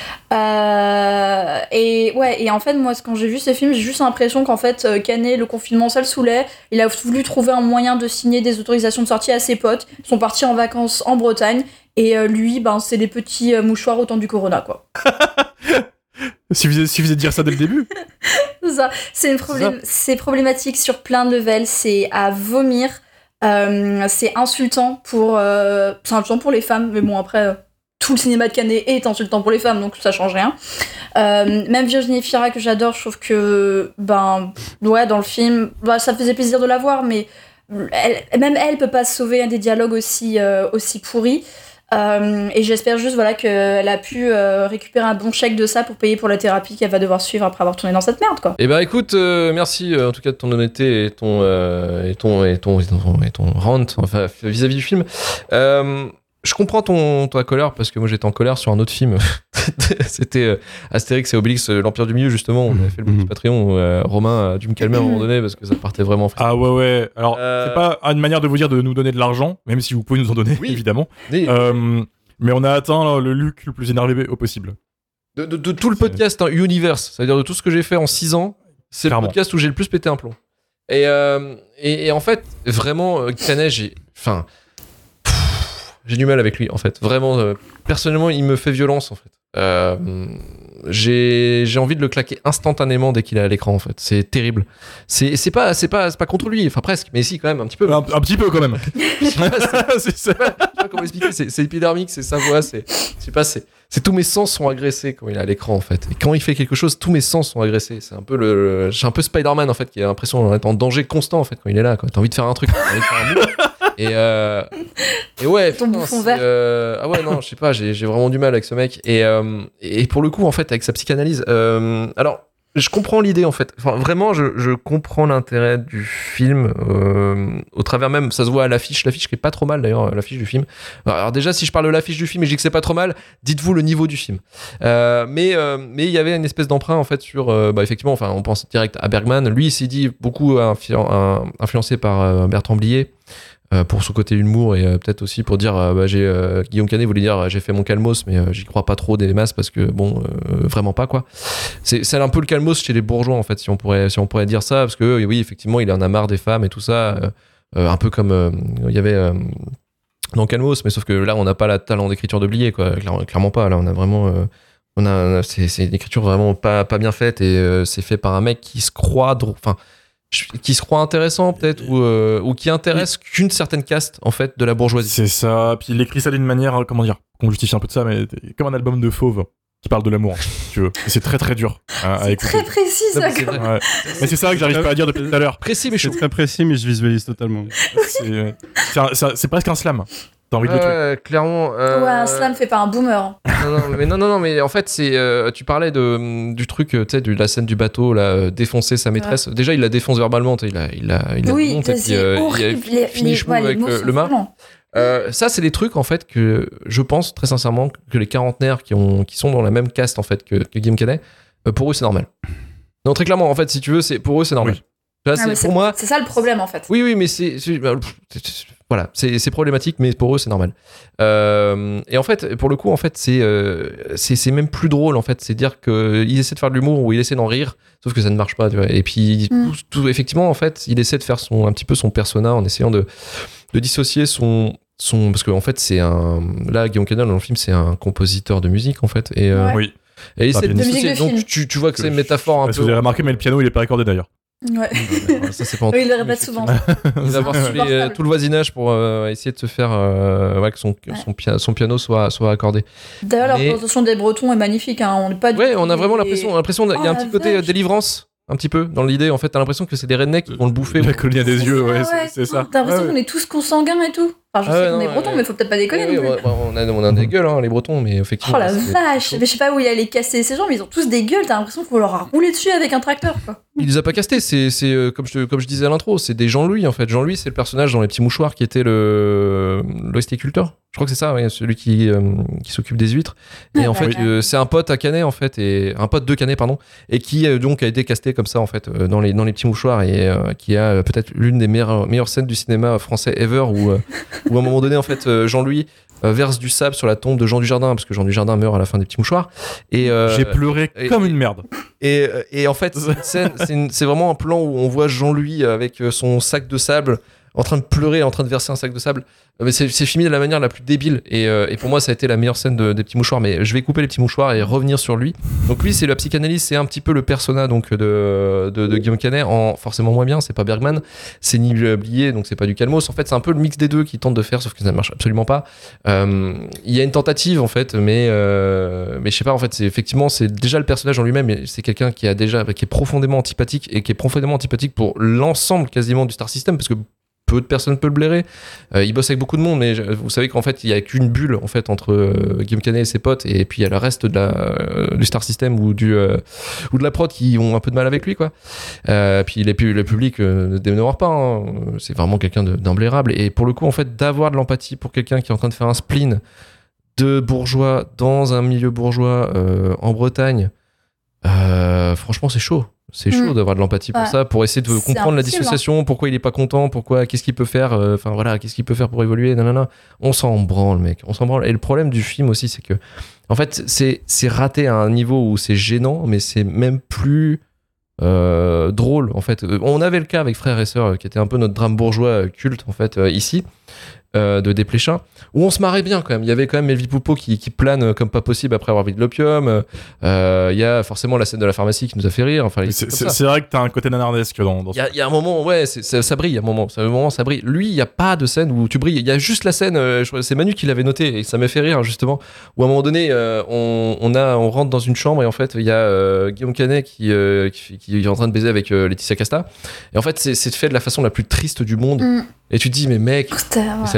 Euh, et ouais, et en fait, moi, quand j'ai vu ce film, j'ai juste l'impression qu'en fait, euh, Canet, le confinement, ça le saoulait. Il a voulu trouver un moyen de signer des autorisations de sortie à ses potes. Ils sont partis en vacances en Bretagne. Et euh, lui, ben, c'est des petits euh, mouchoirs au temps du corona, quoi. Si vous suffisait de dire ça dès le début. C'est ça. C'est une problème, c'est problématique sur plein de levels. C'est à vomir. Euh, c'est insultant pour, euh, c'est insultant pour les femmes. Mais bon, après, euh, tout le cinéma de Canet est insultant pour les femmes, donc ça change rien. Euh, même Virginie Fira, que j'adore, je trouve que, ben, ouais, dans le film, bah, ça faisait plaisir de la voir, mais elle, même elle peut pas se sauver des dialogues aussi, euh, aussi pourris. Euh, et j'espère juste voilà, qu'elle a pu euh, récupérer un bon chèque de ça pour payer pour la thérapie qu'elle va devoir suivre après avoir tourné dans cette merde, quoi. Eh ben écoute, euh, merci euh, en tout cas de ton honnêteté et ton euh, et ton et ton et ton, et ton rant enfin vis-à-vis du film. Euh, je comprends ton ta colère parce que moi j'étais en colère sur un autre film. C'était euh, Astérix et Obélix, euh, l'Empire du Milieu justement. On avait fait le bonus Mhm. Patreon. Euh, Romain a dû me calmer à un moment donné parce que ça partait vraiment. en fait. Ah ouais, ouais. Alors, Euh, c'est pas une manière de vous dire de nous donner de l'argent, même si vous pouvez nous en donner, Oui. évidemment. Mais Euh, mais on a atteint là, le Luc le plus énervé au possible. de, de- de tout le podcast hein, Universe, c'est-à-dire de tout ce que j'ai fait en six ans, c'est le Clairement. podcast où j'ai le plus pété un plomb. Et, euh, et, et en fait, vraiment, euh, Canet, j'ai. Enfin. pff, J'ai du mal avec lui, en fait. Vraiment, euh, personnellement, il me fait violence, en fait. Euh, j'ai j'ai envie de le claquer instantanément dès qu'il est à l'écran, en fait. C'est terrible. C'est c'est pas, c'est pas, c'est pas contre lui, enfin presque, mais si, quand même, un petit peu. Un, un petit peu quand même. c'est ça. Je sais pas comment l'expliquer, c'est c'est épidermique, c'est sa voix, c'est. Je sais pas, c'est. C'est tous mes sens sont agressés quand il est à l'écran en fait. Et quand il fait quelque chose, tous mes sens sont agressés. C'est un peu le, le- j'ai un peu Spider-Man en fait qui a l'impression d'être en danger constant en fait quand il est là. Quoi. T'as envie de faire un truc, t'as envie de faire un move. Et euh, et ouais. Ton putain, bouffon c'est, vert. euh, ah ouais non, je sais pas, j'ai j'ai vraiment du mal avec ce mec. Et euh, et pour le coup en fait avec sa psychanalyse, euh, alors je comprends l'idée en fait. Enfin, vraiment, je, je comprends l'intérêt du film euh, au travers même. Ça se voit à l'affiche, l'affiche qui est pas trop mal d'ailleurs, l'affiche du film. Alors déjà, si je parle de l'affiche du film et je dis que c'est pas trop mal, dites-vous le niveau du film. Euh, mais euh, mais il y avait une espèce d'emprunt en fait sur, euh, bah effectivement, enfin, on pense direct à Bergman. Lui, il s'est dit beaucoup influ- influencé par euh, Bertrand Blier. Euh, pour son côté humour et euh, peut-être aussi pour dire euh, bah, j'ai euh, Guillaume Canet voulait dire euh, j'ai fait mon calmos mais euh, j'y crois pas trop des masses parce que bon euh, vraiment pas quoi. C'est c'est un peu le calmos chez les bourgeois en fait si on pourrait si on pourrait dire ça parce que oui effectivement il en a marre des femmes et tout ça euh, euh, un peu comme euh, il y avait euh, dans Calmos mais sauf que là on n'a pas le talent d'écriture de Blier quoi clairement, clairement pas là on a vraiment euh, on a c'est c'est une écriture vraiment pas pas bien faite et euh, c'est fait par un mec qui se croit enfin qui se croit intéressant peut-être ou, euh, ou qui intéresse oui. qu'une certaine caste en fait de la bourgeoisie. C'est ça, puis il écrit ça d'une manière, comment dire, qu'on justifie un peu de ça, mais comme un album de Fauve qui parle de l'amour, si tu veux. Et c'est très très dur à, à c'est écouter. Très précis ça. Non, mais, ouais. mais c'est ça que j'arrive pas à dire depuis tout à l'heure. Précis mais chaud. C'est très précis mais je visualise totalement. c'est, c'est, un, c'est, c'est presque un slam. T'as envie de ouais, le truc. Clairement. Euh... Ouais, un slam fait par un boomer. non, non, mais non, non, non, mais en fait, c'est. Euh, tu parlais de du truc, tu sais, de la scène du bateau, là, euh, défoncer sa maîtresse. Ouais. Déjà, il la défonce verbalement, il a, il a, il a oui, monte, et puis euh, horrible. il a fini chevaux avec le, le mât. Euh, ça, c'est des trucs en fait que je pense très sincèrement que les quarantenaires qui ont, qui sont dans la même caste en fait que, que Guillaume Canet, euh, pour eux, c'est normal. Non, très clairement, en fait, si tu veux, c'est pour eux, c'est normal. Oui. Là, ah, c'est, c'est, pour moi, c'est ça le problème en fait. Oui, oui, mais c'est, c'est, c'est, c'est voilà, c'est, c'est problématique, mais pour eux, c'est normal. Euh, et en fait, pour le coup, en fait, c'est, euh, c'est, c'est même plus drôle, en fait. C'est dire qu'ils essaient de faire de l'humour ou ils essaient d'en rire, sauf que ça ne marche pas, tu vois. Et puis, mm. tout, tout, effectivement, en fait, il essaie de faire son, un petit peu son persona en essayant de, de dissocier son, son. Parce qu'en en fait, c'est un. Là, Guillaume Canet, dans le film, c'est un compositeur de musique, en fait. Et, euh, ouais. Oui. Et il essaie de dissocier. Donc, film. tu, tu vois que c'est une métaphore un peu. Vous avez remarqué, mais le piano, il est pas accordé d'ailleurs. Ouais. ouais ça, c'est pas oui, il le répète souvent. Il va avoir les, tout le voisinage pour euh, essayer de se faire euh, ouais, que son, ouais. son, pia- son piano soit, soit accordé. D'ailleurs, mais... la représentation des Bretons est magnifique. Hein. On n'est pas. Ouais, on a vraiment l'impression. l'impression il oh, y a un petit vache. côté délivrance. Un petit peu dans l'idée, en fait, t'as l'impression que c'est des rednecks qui vont le bouffer. La colline des yeux, ouais, ouais. c'est, c'est ça. T'as l'impression ouais, qu'on est tous consanguins et tout. Enfin, je ah, sais ouais, qu'on non, est bretons, ouais. mais faut peut-être pas déconner. Oui, non ouais, plus. Ouais, on, a, on a des gueules, hein, les bretons, mais effectivement. Oh la vache! Mais je sais pas où il allait casser ces gens, mais ils ont tous des gueules. T'as l'impression qu'on leur a roulé dessus avec un tracteur, quoi. Il les a pas castés, c'est, c'est euh, comme, je, comme je disais à l'intro, c'est des Jean-Louis en fait. Jean-Louis, c'est le personnage dans Les Petits Mouchoirs qui était le l'ostréiculteur. Je crois que c'est ça, ouais, celui qui, euh, qui s'occupe des huîtres. Et ah, en fait, ouais. euh, c'est un pote à Canet en fait, et un pote de Canet pardon, et qui euh, donc a été casté comme ça en fait euh, dans les dans les Petits Mouchoirs et euh, qui a euh, peut-être l'une des meilleures meilleures scènes du cinéma français ever où euh, où à un moment donné en fait euh, Jean-Louis Euh, verse du sable sur la tombe de Jean Dujardin parce que Jean Dujardin meurt à la fin des Petits Mouchoirs et euh, j'ai pleuré et, comme une merde et, et en fait cette scène c'est, une, c'est vraiment un plan où on voit Jean-Louis avec son sac de sable en train de pleurer, en train de verser un sac de sable. Mais c'est, c'est filmé de la manière la plus débile. Et, euh, et pour moi, ça a été la meilleure scène de, des Petits Mouchoirs. Mais je vais couper les Petits Mouchoirs et revenir sur lui. Donc lui, c'est la psychanalyse, c'est un petit peu le persona donc de, de, de Guillaume Canet, en forcément moins bien. C'est pas Bergman, c'est ni Blier, donc c'est pas du Calmos. En fait, c'est un peu le mix des deux qui tente de faire, sauf que ça ne marche absolument pas. Euh, il y a une tentative en fait, mais euh, mais je sais pas. En fait, c'est effectivement c'est déjà le personnage en lui-même. Mais c'est quelqu'un qui a déjà qui est profondément antipathique et qui est profondément antipathique pour l'ensemble quasiment du Star System, parce que peu de personnes peuvent le blairer. Euh, il bosse avec beaucoup de monde, mais vous savez qu'en fait, il y a qu'une bulle en fait entre euh, Guillaume Canet et ses potes, et puis il y a le reste de la, euh, du Star System ou du euh, ou de la prod qui ont un peu de mal avec lui, quoi. Euh, puis les, le public euh, ne déménore pas. Hein. C'est vraiment quelqu'un de, d'emblairable. Et pour le coup, en fait, d'avoir de l'empathie pour quelqu'un qui est en train de faire un spleen de bourgeois dans un milieu bourgeois euh, en Bretagne, euh, franchement, c'est chaud. C'est chaud mmh. d'avoir de l'empathie pour ouais. ça, pour essayer de c'est comprendre la dissociation, pourquoi il est pas content, pourquoi, qu'est-ce qu'il peut faire, enfin euh, voilà, qu'est-ce qu'il peut faire pour évoluer, nanana. On s'en branle, mec, on s'en branle. Et le problème du film aussi, c'est que, en fait, c'est, c'est raté à un niveau où c'est gênant, mais c'est même plus euh, drôle, en fait. On avait le cas avec Frères et Sœurs, qui était un peu notre drame bourgeois culte, en fait, euh, ici. Euh, de Desplechin, où on se marrait bien quand même. Il y avait quand même Melville Poupeau qui, qui plane comme pas possible après avoir vu de l'opium. Il euh, y a forcément la scène de la pharmacie qui nous a fait rire. Enfin, c'est, c'est, c'est vrai que t'as un côté nanardesque dans, dans il, y a, il y a un moment, ouais, c'est, c'est, ça brille. Il y a un moment, c'est un moment, ça brille. Lui, il y a pas de scène où tu brilles. Il y a juste la scène. Euh, je, c'est Manu qui l'avait noté et ça m'a fait rire justement. Où à un moment donné, euh, on, on a, on rentre dans une chambre et en fait, il y a euh, Guillaume Canet qui, euh, qui, qui est en train de baiser avec euh, Laetitia Casta. Et en fait, c'est, c'est fait de la façon la plus triste du monde. Mm. Et tu te dis, mais mec, Putain, ouais. ça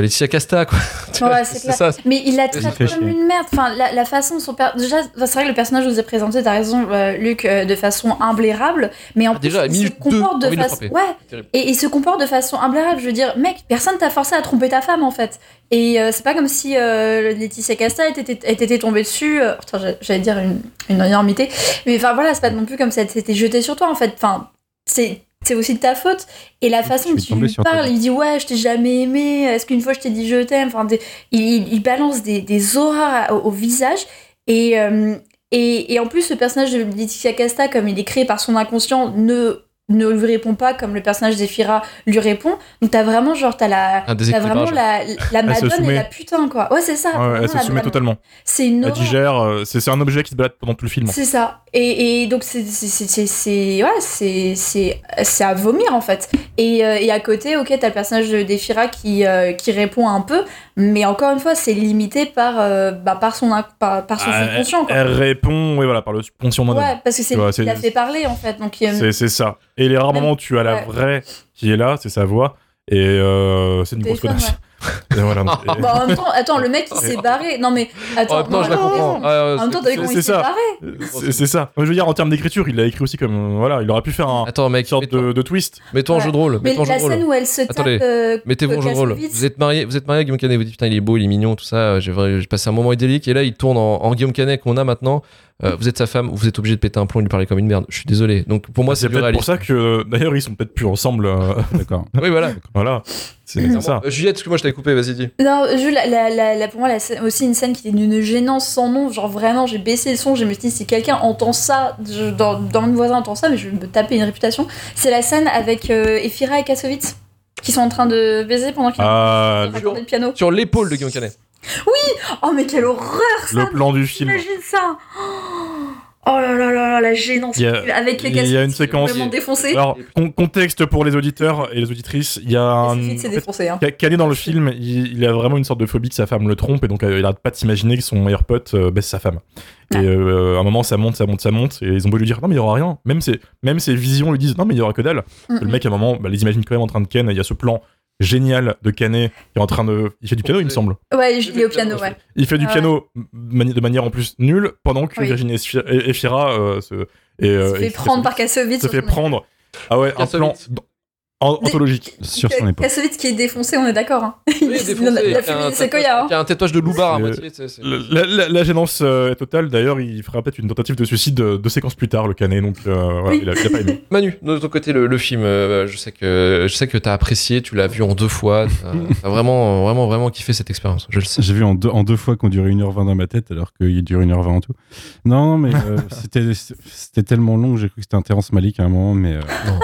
Laetitia Casta, quoi. Ouais, c'est clair. ça. Mais il la Il traite fait comme chier. une merde. Enfin, la, la façon de son per... Déjà, c'est vrai que le personnage vous est présenté, t'as raison, euh, Luc, euh, de façon imblairable. Mais en Ah, plus, déjà, à il se minute deux, comporte de envie de le façon. frapper. Ouais. Terrible. Et il se comporte de façon imblairable. Je veux dire, mec, personne t'a forcé à tromper ta femme, en fait. Et euh, c'est pas comme si euh, Laetitia Casta était, était tombée dessus. Euh... Putain, j'allais dire une, une énormité. Mais enfin, voilà, c'est pas non plus comme si elle s'était jetée sur toi, en fait. Enfin, c'est. C'est aussi de ta faute. Et la façon Je dont suis tu tombé lui sur parles, toi. il dit ouais, je t'ai jamais aimé. Est-ce qu'une fois je t'ai dit je t'aime? Enfin, des- il, il- il balance des, des horreurs au, au visage. Et, euh, et, et en plus, ce personnage de Laetitia Casta, comme il est créé par son inconscient, ne, ne lui répond pas comme le personnage d'Ephira lui répond. Donc t'as vraiment, genre, t'as la, Un t'as déséquilibrage. vraiment la, la se madone et soumet. la putain, quoi. Ouais, c'est ça. Ouais, vraiment, elle se la- soumet la- totalement. C'est une Elle horreur. digère, euh, c'est c'est un objet qui se balade pendant tout le film. C'est ça. Et, et donc, c'est, c'est, c'est, c'est, c'est- ouais, c'est, c'est, c'est à vomir, en fait. Et, euh, et à côté, ok, t'as le personnage d'Ephira qui, euh, qui répond un peu, mais encore une fois, c'est limité par, euh, bah, par son, inc- par, par son Ah, subconscient, quoi. Elle répond, oui, voilà, par le subconscient moderne. Ouais, parce que c'est Tu vois, lui qui c'est- l'a fait parler, en fait. Donc, euh, C'est c'est ça. Et les rares Même- moments où tu as la ouais. vraie qui est là, c'est sa voix. Et euh, c'est une grosse téléphone, connasse. Et voilà. Et- Bon, en même temps, attends, le mec, il s'est barré. Non, mais attends, Oh, non, non, je la non, comprends. non. Ah, En même temps, t'as vu c'est- comment c'est il s'est ça. barré? c'est c'est ça. Je veux dire, en termes d'écriture, il l'a écrit aussi comme. euh, Voilà, il aurait pu faire un, Attends, une mec, sorte mets-toi de, de twist. mets-toi en Ouais. jeu de rôle. Mais Mets-toi en jeu la de rôle. scène où elle se tape. Attendez, euh, Mettez-vous en jeu de rôle. Kassovitz. Vous êtes marié, vous êtes marié à Guillaume Canet. Vous dites putain, il est beau, il est mignon, tout ça. J'ai vrai- j'ai passé un moment idyllique. Et là, il tourne en, en Guillaume Canet qu'on a maintenant. Euh, vous êtes sa femme, vous êtes obligé de péter un plomb et lui parler comme une merde. Je suis désolé. Donc pour moi, c'est c'est du peut-être réalisme. pour ça que. D'ailleurs, ils sont peut-être plus ensemble. euh, D'accord. Oui, voilà. Voilà. C'est c'est ça. Euh, Juliette, excuse-moi, je t'avais coupé. Vas-y, dis. Non, Jules, la, la, la, la- pour moi, la scène- aussi une scène qui était d'une gênance sans nom. Genre vraiment, j'ai baissé le son, je me suis dit, si quelqu'un entend ça, je- dans, dans mon voisin entend ça, mais je vais me taper une réputation. C'est la scène avec euh, Ephira et Kassovitz qui sont en train de baiser pendant qu'ils Ah, ils racontent le piano. Sur l'épaule de Guillaume Canet. Oh, mais quelle horreur ça! le plan du film. Imagine ça! Oh là là là là, la gênance Il y a- avec il y a Kassovitz une qui est séquence- complètement défoncé. Alors, con- contexte pour les auditeurs et les auditrices, il y a un. Kassovitz s'est en fait, défoncé. Hein. Ca- Canet dans le film, il, il a vraiment une sorte de phobie que sa femme le trompe et donc euh, il arrête pas de s'imaginer que son meilleur pote euh, baisse sa femme. Et Ouais. euh, à un moment ça monte, ça monte, ça monte et ils ont beau lui dire non mais il y aura rien. Même ses, même ses visions lui disent non mais il y aura que dalle. Mm, Le mec à un moment bah, les imagine quand même en train de ken et il y a ce plan génial de Canet qui est en train de... Il fait du piano il me semble. Ouais, il est au piano, ouais. Il fait du Ah ouais. piano mani- de manière en plus nulle pendant que Oui. Virginie Esfi- Efira euh, se, et, euh, Il se fait et prendre par Kassovitz. se sur fait son- prendre. Ah ouais, un plan Kassovitz. an- anthologique. Sur son épaule. Kassovitz qui est défoncé, on est d'accord. Hein. Oui, Il a- défoncé. il a Il y a fumé un des séquoias. Hein. Il y a un tatouage de loupard à C'est- moitié. tu sais, c'est- Le- La, la- la gênance euh, est totale. D'ailleurs, il fera peut-être une tentative de suicide euh, deux séquences plus tard, le Canet. Donc euh, voilà, Oui. il, a, il a pas aimé. Manu, de ton côté, le, le film, euh, je sais que je sais que t'as apprécié, tu l'as vu en deux fois, t'as t'as vraiment, vraiment, vraiment kiffé cette expérience. Je le sais. J'ai vu en deux, en deux fois qu'on durait une heure vingt dans ma tête, alors qu'il dure une heure vingt en tout. Non, mais euh, c'était c'était tellement long que j'ai cru que c'était un Terrence Malick à un moment, mais... euh,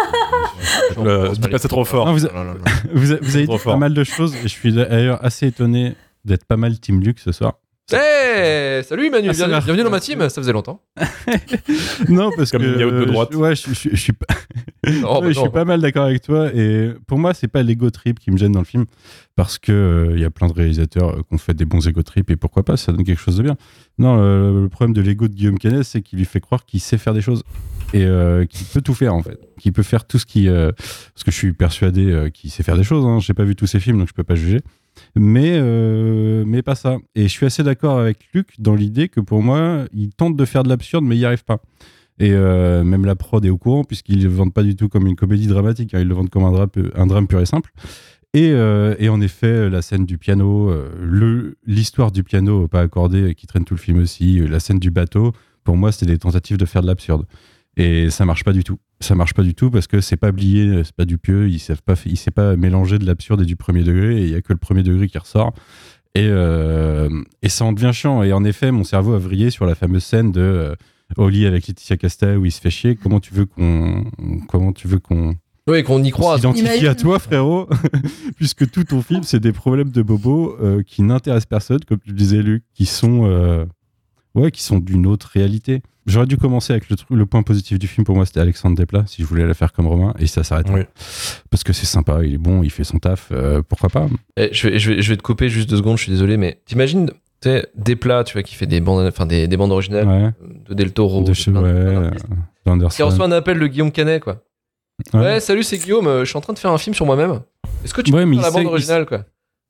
Le- dis pas ça trop fort. Non, vous, Oh là là là. vous, a- vous avez Trop dit fort. pas mal de choses, et je suis d'ailleurs assez étonné d'être pas mal Team Luc ce soir. Hey, salut Manu, Ah, ça bienvenue, marche. bienvenue dans ma team, ça faisait longtemps. Non, parce Comme que... une yaourt de euh, droite. je- ouais, je, je- je suis pas... Oh, bah Ouais, je suis non. pas mal d'accord avec toi, et pour moi, c'est pas l'ego trip qui me gêne dans le film, parce que euh, il y a plein de réalisateurs euh, qui ont fait des bons ego trips, et pourquoi pas, ça donne quelque chose de bien. Non, euh, le problème de l'ego de Guillaume Canet, c'est qu'il lui fait croire qu'il sait faire des choses, et euh, qu'il peut tout faire en fait, qu'il peut faire tout ce qui... euh, parce que je suis persuadé euh, qu'il sait faire des choses, hein. J'ai pas vu tous ses films, donc je peux pas juger, mais, euh, mais pas ça. Et je suis assez d'accord avec Luc dans l'idée que pour moi, il tente de faire de l'absurde, mais il y arrive pas. Et euh, même la prod est au courant, puisqu'ils le vendent pas du tout comme une comédie dramatique, hein, ils le vendent comme un, drap- un drame pur et simple. Et, euh, et en effet, la scène du piano, euh, le, l'histoire du piano pas accordée, qui traîne tout le film aussi, euh, la scène du bateau, pour moi, c'était des tentatives de faire de l'absurde. Et ça marche pas du tout. Ça marche pas du tout parce que c'est pas Blier, c'est pas Dupieux, ils savent pas, il sait pas mélanger de l'absurde et du premier degré, et il y a que le premier degré qui ressort. Et, euh, et ça en devient chiant. Et en effet, mon cerveau a vrillé sur la fameuse scène de euh, au lit avec Laetitia Casta où il se fait chier. Comment tu veux qu'on, comment tu veux qu'on Oui, qu'on y croit. s'identifie Imagine. à toi, frérot, puisque tout ton film, c'est des problèmes de bobo euh, qui n'intéressent personne, comme tu le disais, Luc, qui sont, euh, ouais, qui sont d'une autre réalité. J'aurais dû commencer avec le, truc, le point positif du film, pour moi, c'était Alexandre Desplat, si je voulais la faire comme Romain, et ça s'arrête. Oui. Parce que c'est sympa, il est bon, il fait son taf, euh, pourquoi pas. Eh, je, vais, je, vais, je vais te couper juste deux secondes, je suis désolé, mais t'imagines, tu sais, Desplat, tu vois, qui fait des bandes, enfin des, des bandes originales Ouais, de Del Toro, de de chez, plein ouais, de- plein euh, d'artistes, qui d'Anderson. reçoit un appel de Guillaume Canet, quoi. Ouais. Ouais, salut, c'est Guillaume, euh, je suis en train de faire un film sur moi-même. Est-ce que tu Ouais, peux mais faire la il sait- bande originale, quoi?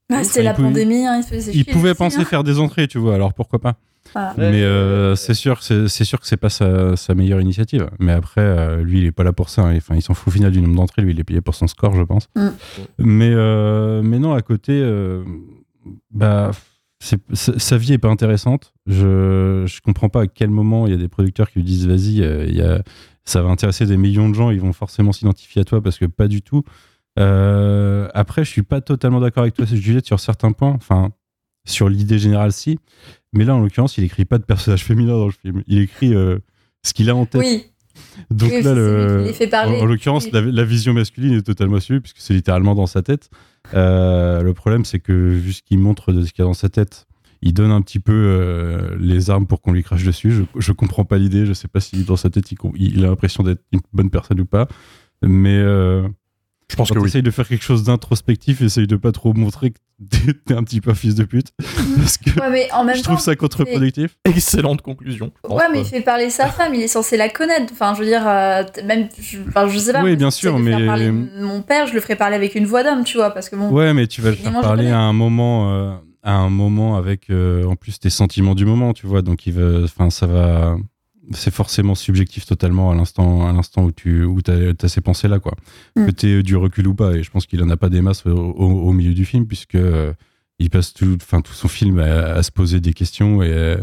Ah, c'était Enfin, la il pouvait- pandémie, hein, il se faisait Il chier, pouvait aussi, penser hein. faire des entrées, tu vois, alors pourquoi pas. Voilà. Mais euh, c'est sûr, que c'est, c'est sûr que c'est pas sa, sa meilleure initiative. Mais après, euh, lui, il est pas là pour ça. hein. Enfin, il s'en fout au final du nombre d'entrées. Lui, il est payé pour son score, je pense. Mm. Mais, euh, mais non, à côté, euh, bah, c'est, c'est- sa vie est pas intéressante. Je, je comprends pas à quel moment il y a des producteurs qui lui disent vas-y, euh, il y a, ça va intéresser des millions de gens, ils vont forcément s'identifier à toi parce que pas du tout. Euh, après, je suis pas totalement d'accord avec toi, Juliette, sur certains points. Enfin, sur l'idée générale, si. Mais là, en l'occurrence, il écrit pas de personnage féminin dans le film. Il écrit euh, ce qu'il a en tête. Oui, Donc oui, là, c'est le... lui qui les fait parler. en, en l'occurrence, Oui. la, la vision masculine est totalement assumée puisque c'est littéralement dans sa tête. Euh, le problème, c'est que vu ce qu'il montre de ce qu'il y a dans sa tête, il donne un petit peu euh, les armes pour qu'on lui crache dessus. Je, je comprends pas l'idée. Je sais pas si dans sa tête, il, il a l'impression d'être une bonne personne ou pas. Mais euh, Je pense quand que tu oui. essayes de faire quelque chose d'introspectif, essaye de pas trop montrer que t'es, t'es un petit peu un fils de pute. Parce que Ouais, mais en même je temps. trouve ça contre-productif. Excellente conclusion. Ouais, mais il fait parler sa femme, il est censé la connaître. Enfin, je veux dire, euh, t- même, je, enfin, je sais pas. Oui, moi, bien si j'essaie sûr, de faire mais- parler mon père, je le ferais parler avec une voix d'homme, tu vois, parce que bon. Ouais, mais tu vas le faire Évidemment, je parler connais. à un moment, euh, à un moment avec, euh, en plus, tes sentiments du moment, tu vois. Donc, il va, enfin, ça va, c'est forcément subjectif totalement à l'instant, à l'instant où tu, où t'as, t'as ces pensées-là, quoi. Mm. Que t'aies du recul ou pas. Et je pense qu'il en a pas des masses au, au- au milieu du film, puisque euh, il passe tout, enfin, tout son film à, à se poser des questions et euh,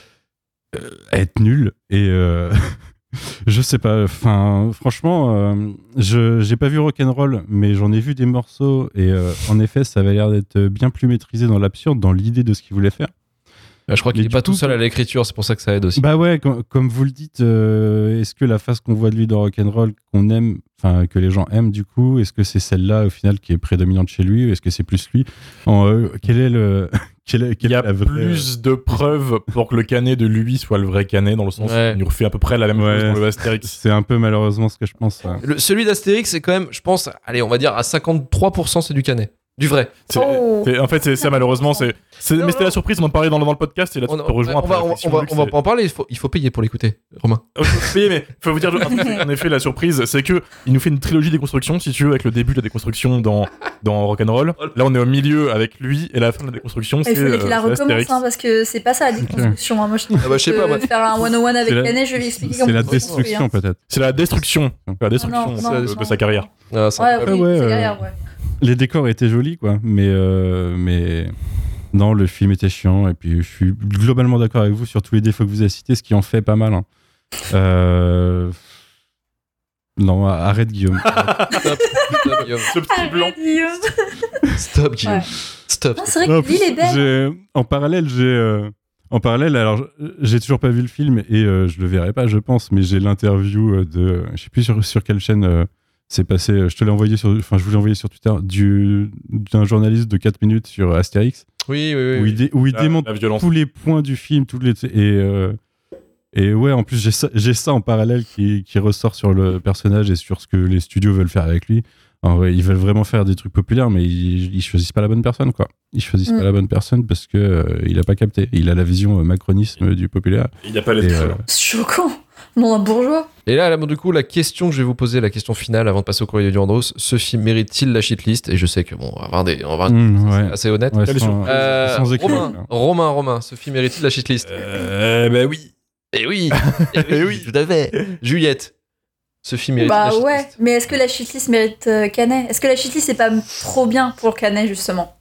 à être nul. Et euh, je sais pas. Enfin, franchement, euh, je j'ai pas vu Rock'n'Roll, mais j'en ai vu des morceaux et euh, en effet, ça avait l'air d'être bien plus maîtrisé dans l'absurde, dans l'idée de ce qu'il voulait faire. Bah, je crois qu'il Mais est du pas coup, tout seul à l'écriture, c'est pour ça que ça aide aussi. Bah ouais, com- comme vous le dites, euh, est-ce que la face qu'on voit de lui dans Rock'n'Roll qu'on aime, enfin que les gens aiment du coup, est-ce que c'est celle-là au final qui est prédominante chez lui, ou est-ce que c'est plus lui en, euh, Quel est le quelle est, Il quelle y est a la vraie- plus de preuves pour que le canet de lui soit le vrai canet, dans le sens Ouais. où il nous refait à peu près la même Ouais. chose dans le Astérix. C'est un peu malheureusement ce que je pense. ouais. Le- celui d'Astérix, c'est quand même, je pense, allez, on va dire à cinquante-trois pour cent, c'est du Canet. Du vrai. C'est- Oh. c'est- en fait, c'est ça, malheureusement. C'est, c'est- Non, mais c'était non. la surprise, on en parlait dans, le- dans le podcast, et là, tu On, te on- rejoins on après va, la on, réflexion, on va, Luc, on va c'est- pas en parler, il faut, il faut payer pour l'écouter, Romain. Euh, faut payer, mais faut vous dire, en effet, la surprise, c'est que il nous fait une trilogie des constructions, si tu veux, avec le début de la déconstruction dans, dans Rock'n'Roll. Là, on est au milieu avec lui, et la fin de la déconstruction, Il c'est, fallait qu'il la euh, c'est recommence, Astérix. hein, parce que c'est pas ça la déconstruction. hein. Moi, je trouve Ah bah, je sais que pas, moi. faire un one oh one avec C'est la- Canet, je vais lui expliquer C'est comment la on construit, destruction hein. peut-être. C'est la destruction, la destruction Non, de- non, de, non. de sa carrière. Ah, c'est Ouais, incroyable. oui, ouais, c'est euh, derrière, ouais. Les décors étaient jolis quoi, mais euh, mais non, le film était chiant et puis je suis globalement d'accord avec vous sur tous les défauts que vous avez cités, ce qui en fait pas mal. hein. Euh... Non, arrête Guillaume. Stop, stop, Guillaume. Ce petit blanc. Arrête, Guillaume. Stop, Guillaume. Ouais. Stop. Non, c'est vrai Non, en que l'île plus, est belle. j'ai- En parallèle, j'ai euh, en parallèle, alors j'ai toujours pas vu le film et euh, je le verrai pas, je pense, mais j'ai l'interview euh, de, je sais plus sur, sur quelle chaîne euh, c'est passé. Je te l'ai envoyé sur, enfin je vous l'ai envoyé sur Twitter, du d'un journaliste de quatre minutes sur Astérix Oui, oui, oui. où il, dé- où il La, démonte la violence. tous les points du film, toutes les et euh, et ouais, en plus j'ai ça, j'ai ça en parallèle qui, qui ressort sur le personnage et sur ce que les studios veulent faire avec lui. En vrai, ils veulent vraiment faire des trucs populaires, mais ils, ils choisissent pas la bonne personne, quoi. Ils choisissent Mm. pas la bonne personne parce que euh, il a pas capté. Il a la vision euh, macronisme du populaire. Il n'y a pas les Et, deux. euh, C'est choquant. Non, un bourgeois. Et là, là, du coup, la question que je vais vous poser, la question finale avant de passer au courrier du Andros, ce film mérite-t-il la shitlist? Et je sais que bon, on va avoir des, on va avoir des- mm, c'est ouais. assez honnête. Ouais, Quelle sans, surprise. Euh, sans équivoque, Romain, hein. Romain, Romain, ce film mérite-t-il la shitlist? Euh, bah oui. Eh oui, eh oui, tout à fait. Juliette, ce film mérite Bah la ouais, shitlist. mais est-ce que la shitlist mérite euh, Canet? Est-ce que la shitlist c'est pas trop bien pour Canet justement?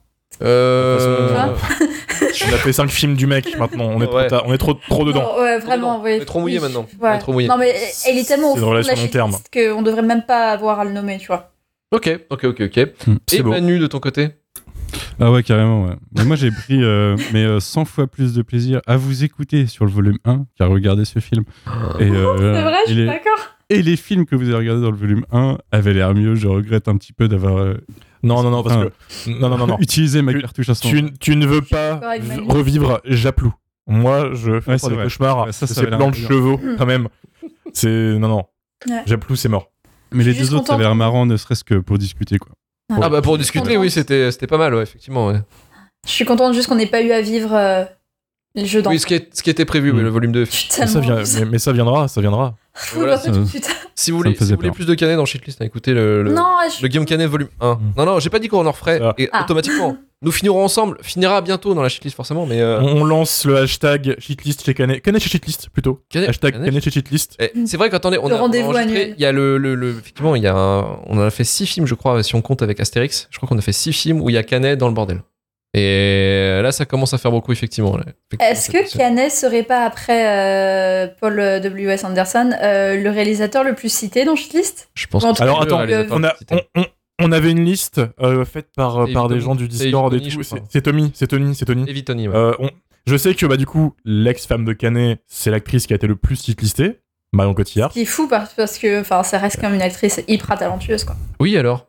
Euh... On a fait cinq films du mec maintenant. On est, Ouais. trop, tard- on est trop, trop dedans. Non, ouais, vraiment, dedans. oui. On est trop mouillé Oui, maintenant. ouais. On est trop mouillé. Non mais elle est tellement au C'est une fond de la relation long terme. shitlist qu'on devrait même pas avoir à le nommer, tu vois. Ok, ok, ok, ok. Mm. C'est Et beau. Manu, de ton côté? Ah ouais, carrément, ouais. Mais moi, j'ai pris euh, mais, euh, cent fois plus de plaisir à vous écouter sur le volume un qu'à regarder ce film. Et, euh, C'est vrai, et je suis les, d'accord. et les films que vous avez regardés dans le volume un avaient l'air mieux. Je regrette un petit peu d'avoir euh, Non, non, non, parce Ah. que. Non, non, non, non. utilisé ma Tu- cartouche à ce Tu, moment. tu ne veux Je suis pas d'accord avec Manu. revivre Japlou. Moi, je fais Ouais, pas c'est des vrai. cauchemars. Ouais, ça, de ça ces avait l'air plans de bien. chevaux, quand même. C'est. Non, non. Ouais. Japlou, c'est mort. Mais les Je suis deux autres, ça contente. avait l'air marrant, ne serait-ce que pour discuter, quoi. Ah bah pour discuter, oui, c'était c'était pas mal, ouais, effectivement. Ouais. Je suis contente juste qu'on n'ait pas eu à vivre euh, les jeux d'enfants. Oui, ce qui, est, ce qui était prévu, Mm. oui, le volume deux. Je suis Mais tellement ça, vient- heureuse. mais, mais ça viendra, ça viendra. Voilà, Faut pas tout de suite. Si vous Ça voulez, me faisait si vous voulez peur. plus de Canet dans Shitlist, hein, écoutez le, le, Non, je... le Guillaume Canet volume un. Mm. Non, non, j'ai pas dit qu'on en referait. Ça. Et Ah. automatiquement, nous finirons ensemble, finira bientôt dans la shitlist forcément, mais euh, On lance le hashtag shitlist chez Canet. Canet chez shitlist plutôt. Canet- hashtag Canet- Canet chez shitlist. eh, c'est vrai qu'attendez, on Le a on a rendez-vous enregistré- annuel. Il y a le, le, le- effectivement, il y a un- on en a fait six films, je crois, si on compte avec Astérix. Je crois qu'on a fait six films où il y a Canet dans le bordel. Et là, ça commence à faire beaucoup, effectivement. là. Effectivement, Est-ce c'est- que c'est- Canet serait pas, après euh, Paul W S. Anderson, euh, le réalisateur le plus cité dans Shitlist? Je pense En que tout Alors c'est le attends, réalisateur on, a, cité. on, on, on avait une liste euh, faite par, euh, C'est par des Tommy. gens du C'est Discord Tommy, et tout. je crois. C'est c'est Tommy, c'est Tony, c'est Tony. Et Vitoni, ouais. Euh, on- je sais que bah du coup l'ex-femme de Canet, c'est l'actrice qui a été le plus shitlistée, Marion Cotillard. Ce qui est fou parce, parce que enfin, ça reste comme une actrice hyper talentueuse, quoi. Oui, alors.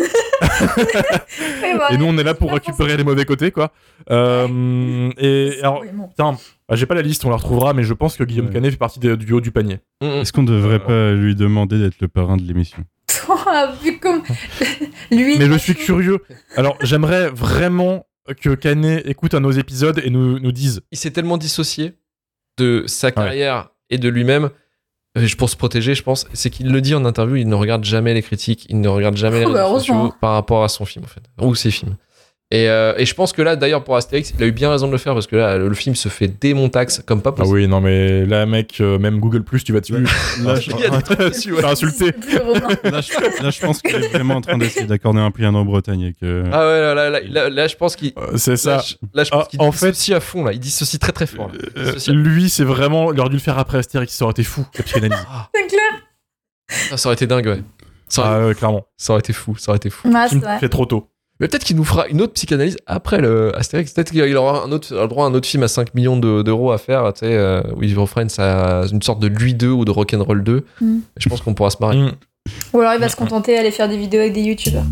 Mais voilà. Et nous on est là pour récupérer les mauvais côtés quoi. Euh, et alors Oui, bon. putain, bah, j'ai pas la liste, on la retrouvera, mais je pense que Guillaume Ouais. Canet fait partie des- du haut du panier. Mm, mm. Est-ce qu'on devrait Euh, pas lui demander d'être le parrain de l'émission? Vu comme lui. Mais je suis curieux. Alors j'aimerais vraiment que Canet écoute un de nos épisodes et nous, nous dise. Il s'est tellement dissocié de sa carrière et de lui-même, euh, pour se protéger, je pense, c'est qu'il le dit en interview, il ne regarde jamais les critiques, il ne regarde jamais les Oh, bah, réseaux sociaux heureusement. par rapport à son film, en fait, ou ses films. Et, euh, et je pense que là, d'ailleurs, pour Astérix, il a eu bien raison de le faire parce que là, le, le film se fait démontaxe comme pas Ah possible. oui, non mais là mec, euh, même Google Plus, tu vas dessus. Là, je, Il y a des trucs dessus, ouais. T'as insulté. là, je- là, je pense qu'il est vraiment en train d'essayer d'accorder un prix en Bretagne et que. Ah ouais, là, là, là, là, là, je pense qu'il. Euh, c'est Là, ça. je, là, je pense Ah, qu'il en dissocie à fond, là. Il dissocie très très fort. Là. Il Euh, dissocie à- lui, c'est vraiment. Il aurait dû le faire après Astérix, ça aurait été fou, la psychanalyse. Ah, C'est clair. ça aurait été dingue, ouais. Ça aurait, Ah, ouais, clairement. ça aurait été fou, ça aurait été fou. Ouais, c'est Film vrai. fait trop tôt. Mais peut-être qu'il nous fera une autre psychanalyse après le Astérix. Peut-être qu'il aura un autre, le droit à un autre film à cinq millions de- d'euros à faire, tu sais, euh, où il refera une, sa- une sorte de Lui deux ou de Rock'n'Roll deux. Mm. Et je pense qu'on pourra se marrer. Mm. Ou alors il va se contenter d'aller faire des vidéos avec des youtubeurs.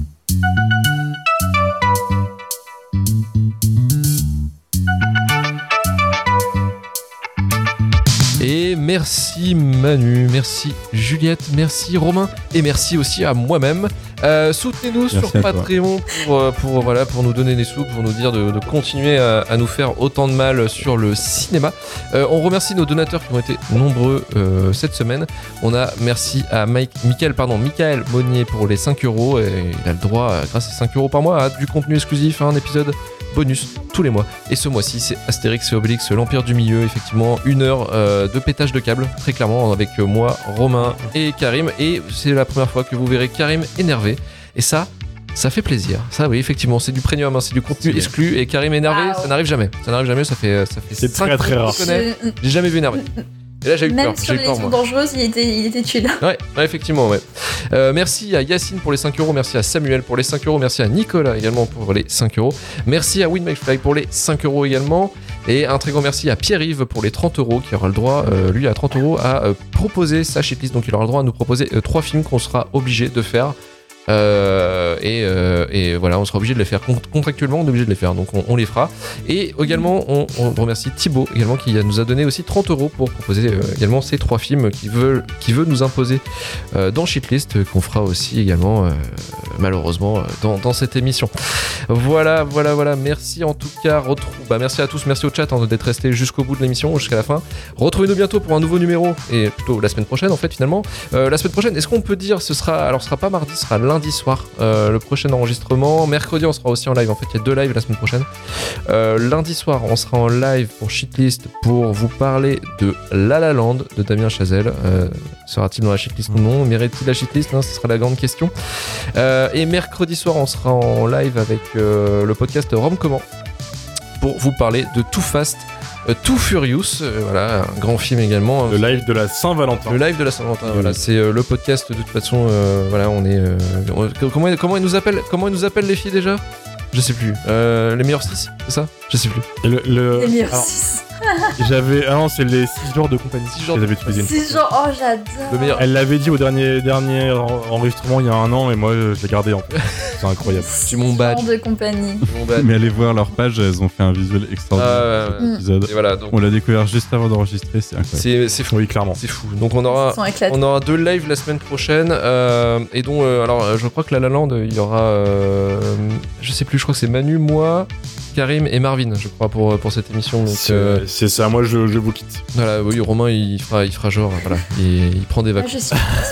Et merci Manu, merci Juliette, merci Romain et merci aussi à moi-même. Euh, soutenez-nous Merci sur à toi. Patreon pour, euh, pour, voilà, pour nous donner des sous, pour nous dire de, de continuer à, à nous faire autant de mal sur le cinéma. Euh, on remercie nos donateurs qui ont été nombreux euh, cette semaine. On a merci à Mike, Michael, pardon, Michael Monnier pour les cinq euros. Et il a le droit, euh, grâce à cinq euros par mois, à du contenu exclusif, à un épisode bonus tous les mois. Et ce mois-ci, c'est Astérix et Obélix, l'Empire du Milieu. Effectivement, une heure euh, de pétage de câble, très clairement, avec euh, moi, Romain et Karim. Et c'est la première fois que vous verrez Karim énervé. Et ça, ça fait plaisir. Ça, oui, effectivement, c'est du premium, hein, c'est du contenu C'est- exclu. Et Karim énervé, Ah, ça ouais. n'arrive jamais. Ça n'arrive jamais, ça fait, ça fait C'est cinq très, très ans qu'on rare. se connaît. Je- J'ai jamais vu énervé. Et là, j'ai eu Même peur. sur J'ai eu les peur, lésions moi. dangereuses, il était, il était chill. Ouais, ouais, effectivement, ouais. Euh, merci à Yacine pour les cinq euros, merci à Samuel pour les cinq euros, merci à Nicolas également pour les cinq euros, merci à WinMakeFly pour les cinq euros également, et un très grand merci à Pierre-Yves pour les trente euros, qui aura le droit, euh, lui, à trente euros, à euh, proposer sa shitlist. Donc il aura le droit à nous proposer euh, trois films qu'on sera obligé de faire. Euh, et, euh, et voilà, on sera obligé de les faire Con- contractuellement, on est obligé de les faire, donc on, on les fera. Et également, on, on remercie Thibaut également qui nous a donné aussi trente euros pour proposer euh, également ces trois films qui veulent, qui veut nous imposer euh, dans Shitlist, euh, qu'on fera aussi également euh, malheureusement euh, dans, dans cette émission. Voilà, voilà, voilà. Merci en tout cas. Retrou- bah, merci à tous, merci au chat hein, d'être resté jusqu'au bout de l'émission, jusqu'à la fin. Retrouvez-nous bientôt pour un nouveau numéro et plutôt la semaine prochaine en fait finalement. Euh, la semaine prochaine, est-ce qu'on peut dire ce sera alors ce sera pas mardi, ce sera lundi soir euh, le prochain enregistrement. Mercredi, on sera aussi en live. En fait, il y a deux lives la semaine prochaine. Euh, lundi soir, on sera en live pour Shitlist pour vous parler de La La Land de Damien Chazelle. Euh, sera-t-il dans la shitlist ou non? Mérite-t-il la shitlist? hein, Ce sera la grande question. Euh, et mercredi soir, on sera en live avec euh, le podcast Rome Comment pour vous parler de Too Fast, euh, Too Furious. Euh, voilà, un grand film également. Le live de la Saint-Valentin. Le live de la Saint-Valentin, Oui. voilà, c'est euh, le podcast de toute façon. euh, voilà, on est. euh, on- comment, comment ils nous appellent Comment ils nous appellent les filles déjà? Je sais plus. Euh, les meilleurs six, c'est ça? Je sais plus. Et le, le- Les meilleurs alors, six. J'avais. Ah non, c'est les six jours de compagnie. Six jours Je les de avais utilisés une fois. C'est genre, oh, j'adore. Le meilleur. Elle l'avait dit au dernier, dernier en- enregistrement il y a un an et moi je l'ai gardé en plus. C'est incroyable. C'est mon badge. de compagnie. Mon badge. Mais allez voir leur page, elles ont fait un visuel extraordinaire Ah, pour cet ouais, ouais. épisode. Et voilà, donc On l'a découvert juste avant d'enregistrer, c'est incroyable. c'est c'est fou. Oui, clairement. C'est fou. Donc on aura. Ils sont éclatés. On aura deux lives la semaine prochaine euh, et dont euh, alors euh, je crois que La La Land il y aura euh, je sais plus, je crois que c'est Manu, moi, Karim et Marvin, je crois, pour, pour cette émission. Donc C'est euh, c'est ça, moi je, je vous quitte. voilà, oui, Romain il fera, il fera genre, voilà, il, il prend des Moi, vacances. je suis disponible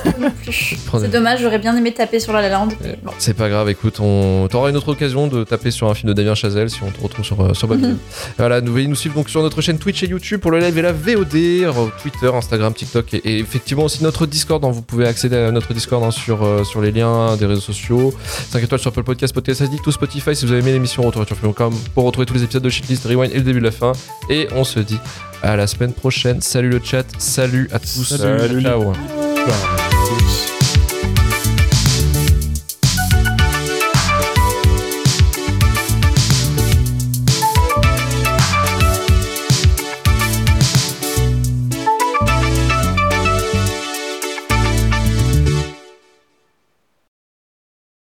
plus. Prenez- C'est dommage, j'aurais bien aimé taper sur La La Land. mais bon. C'est pas grave, écoute, on t'aura une autre occasion de taper sur un film de Damien Chazelle si on te retrouve sur, euh, sur Babylone. Voilà, nous veuillez nous suivre donc sur notre chaîne Twitch et YouTube pour le live et la V O D, euh, Twitter, Instagram, TikTok et, et effectivement aussi notre Discord. Hein, vous pouvez accéder à notre Discord hein, sur, euh, sur les liens des réseaux sociaux. cinq étoiles sur Apple Podcast, Podcast Addict ou Spotify si vous avez aimé l'émission retour sur film point com pour retrouver tous les épisodes de Shitlist, Rewind et le début de la fin. Et on se dit à la semaine prochaine. Salut le chat, salut à tous. Salut. Ciao. Ciao.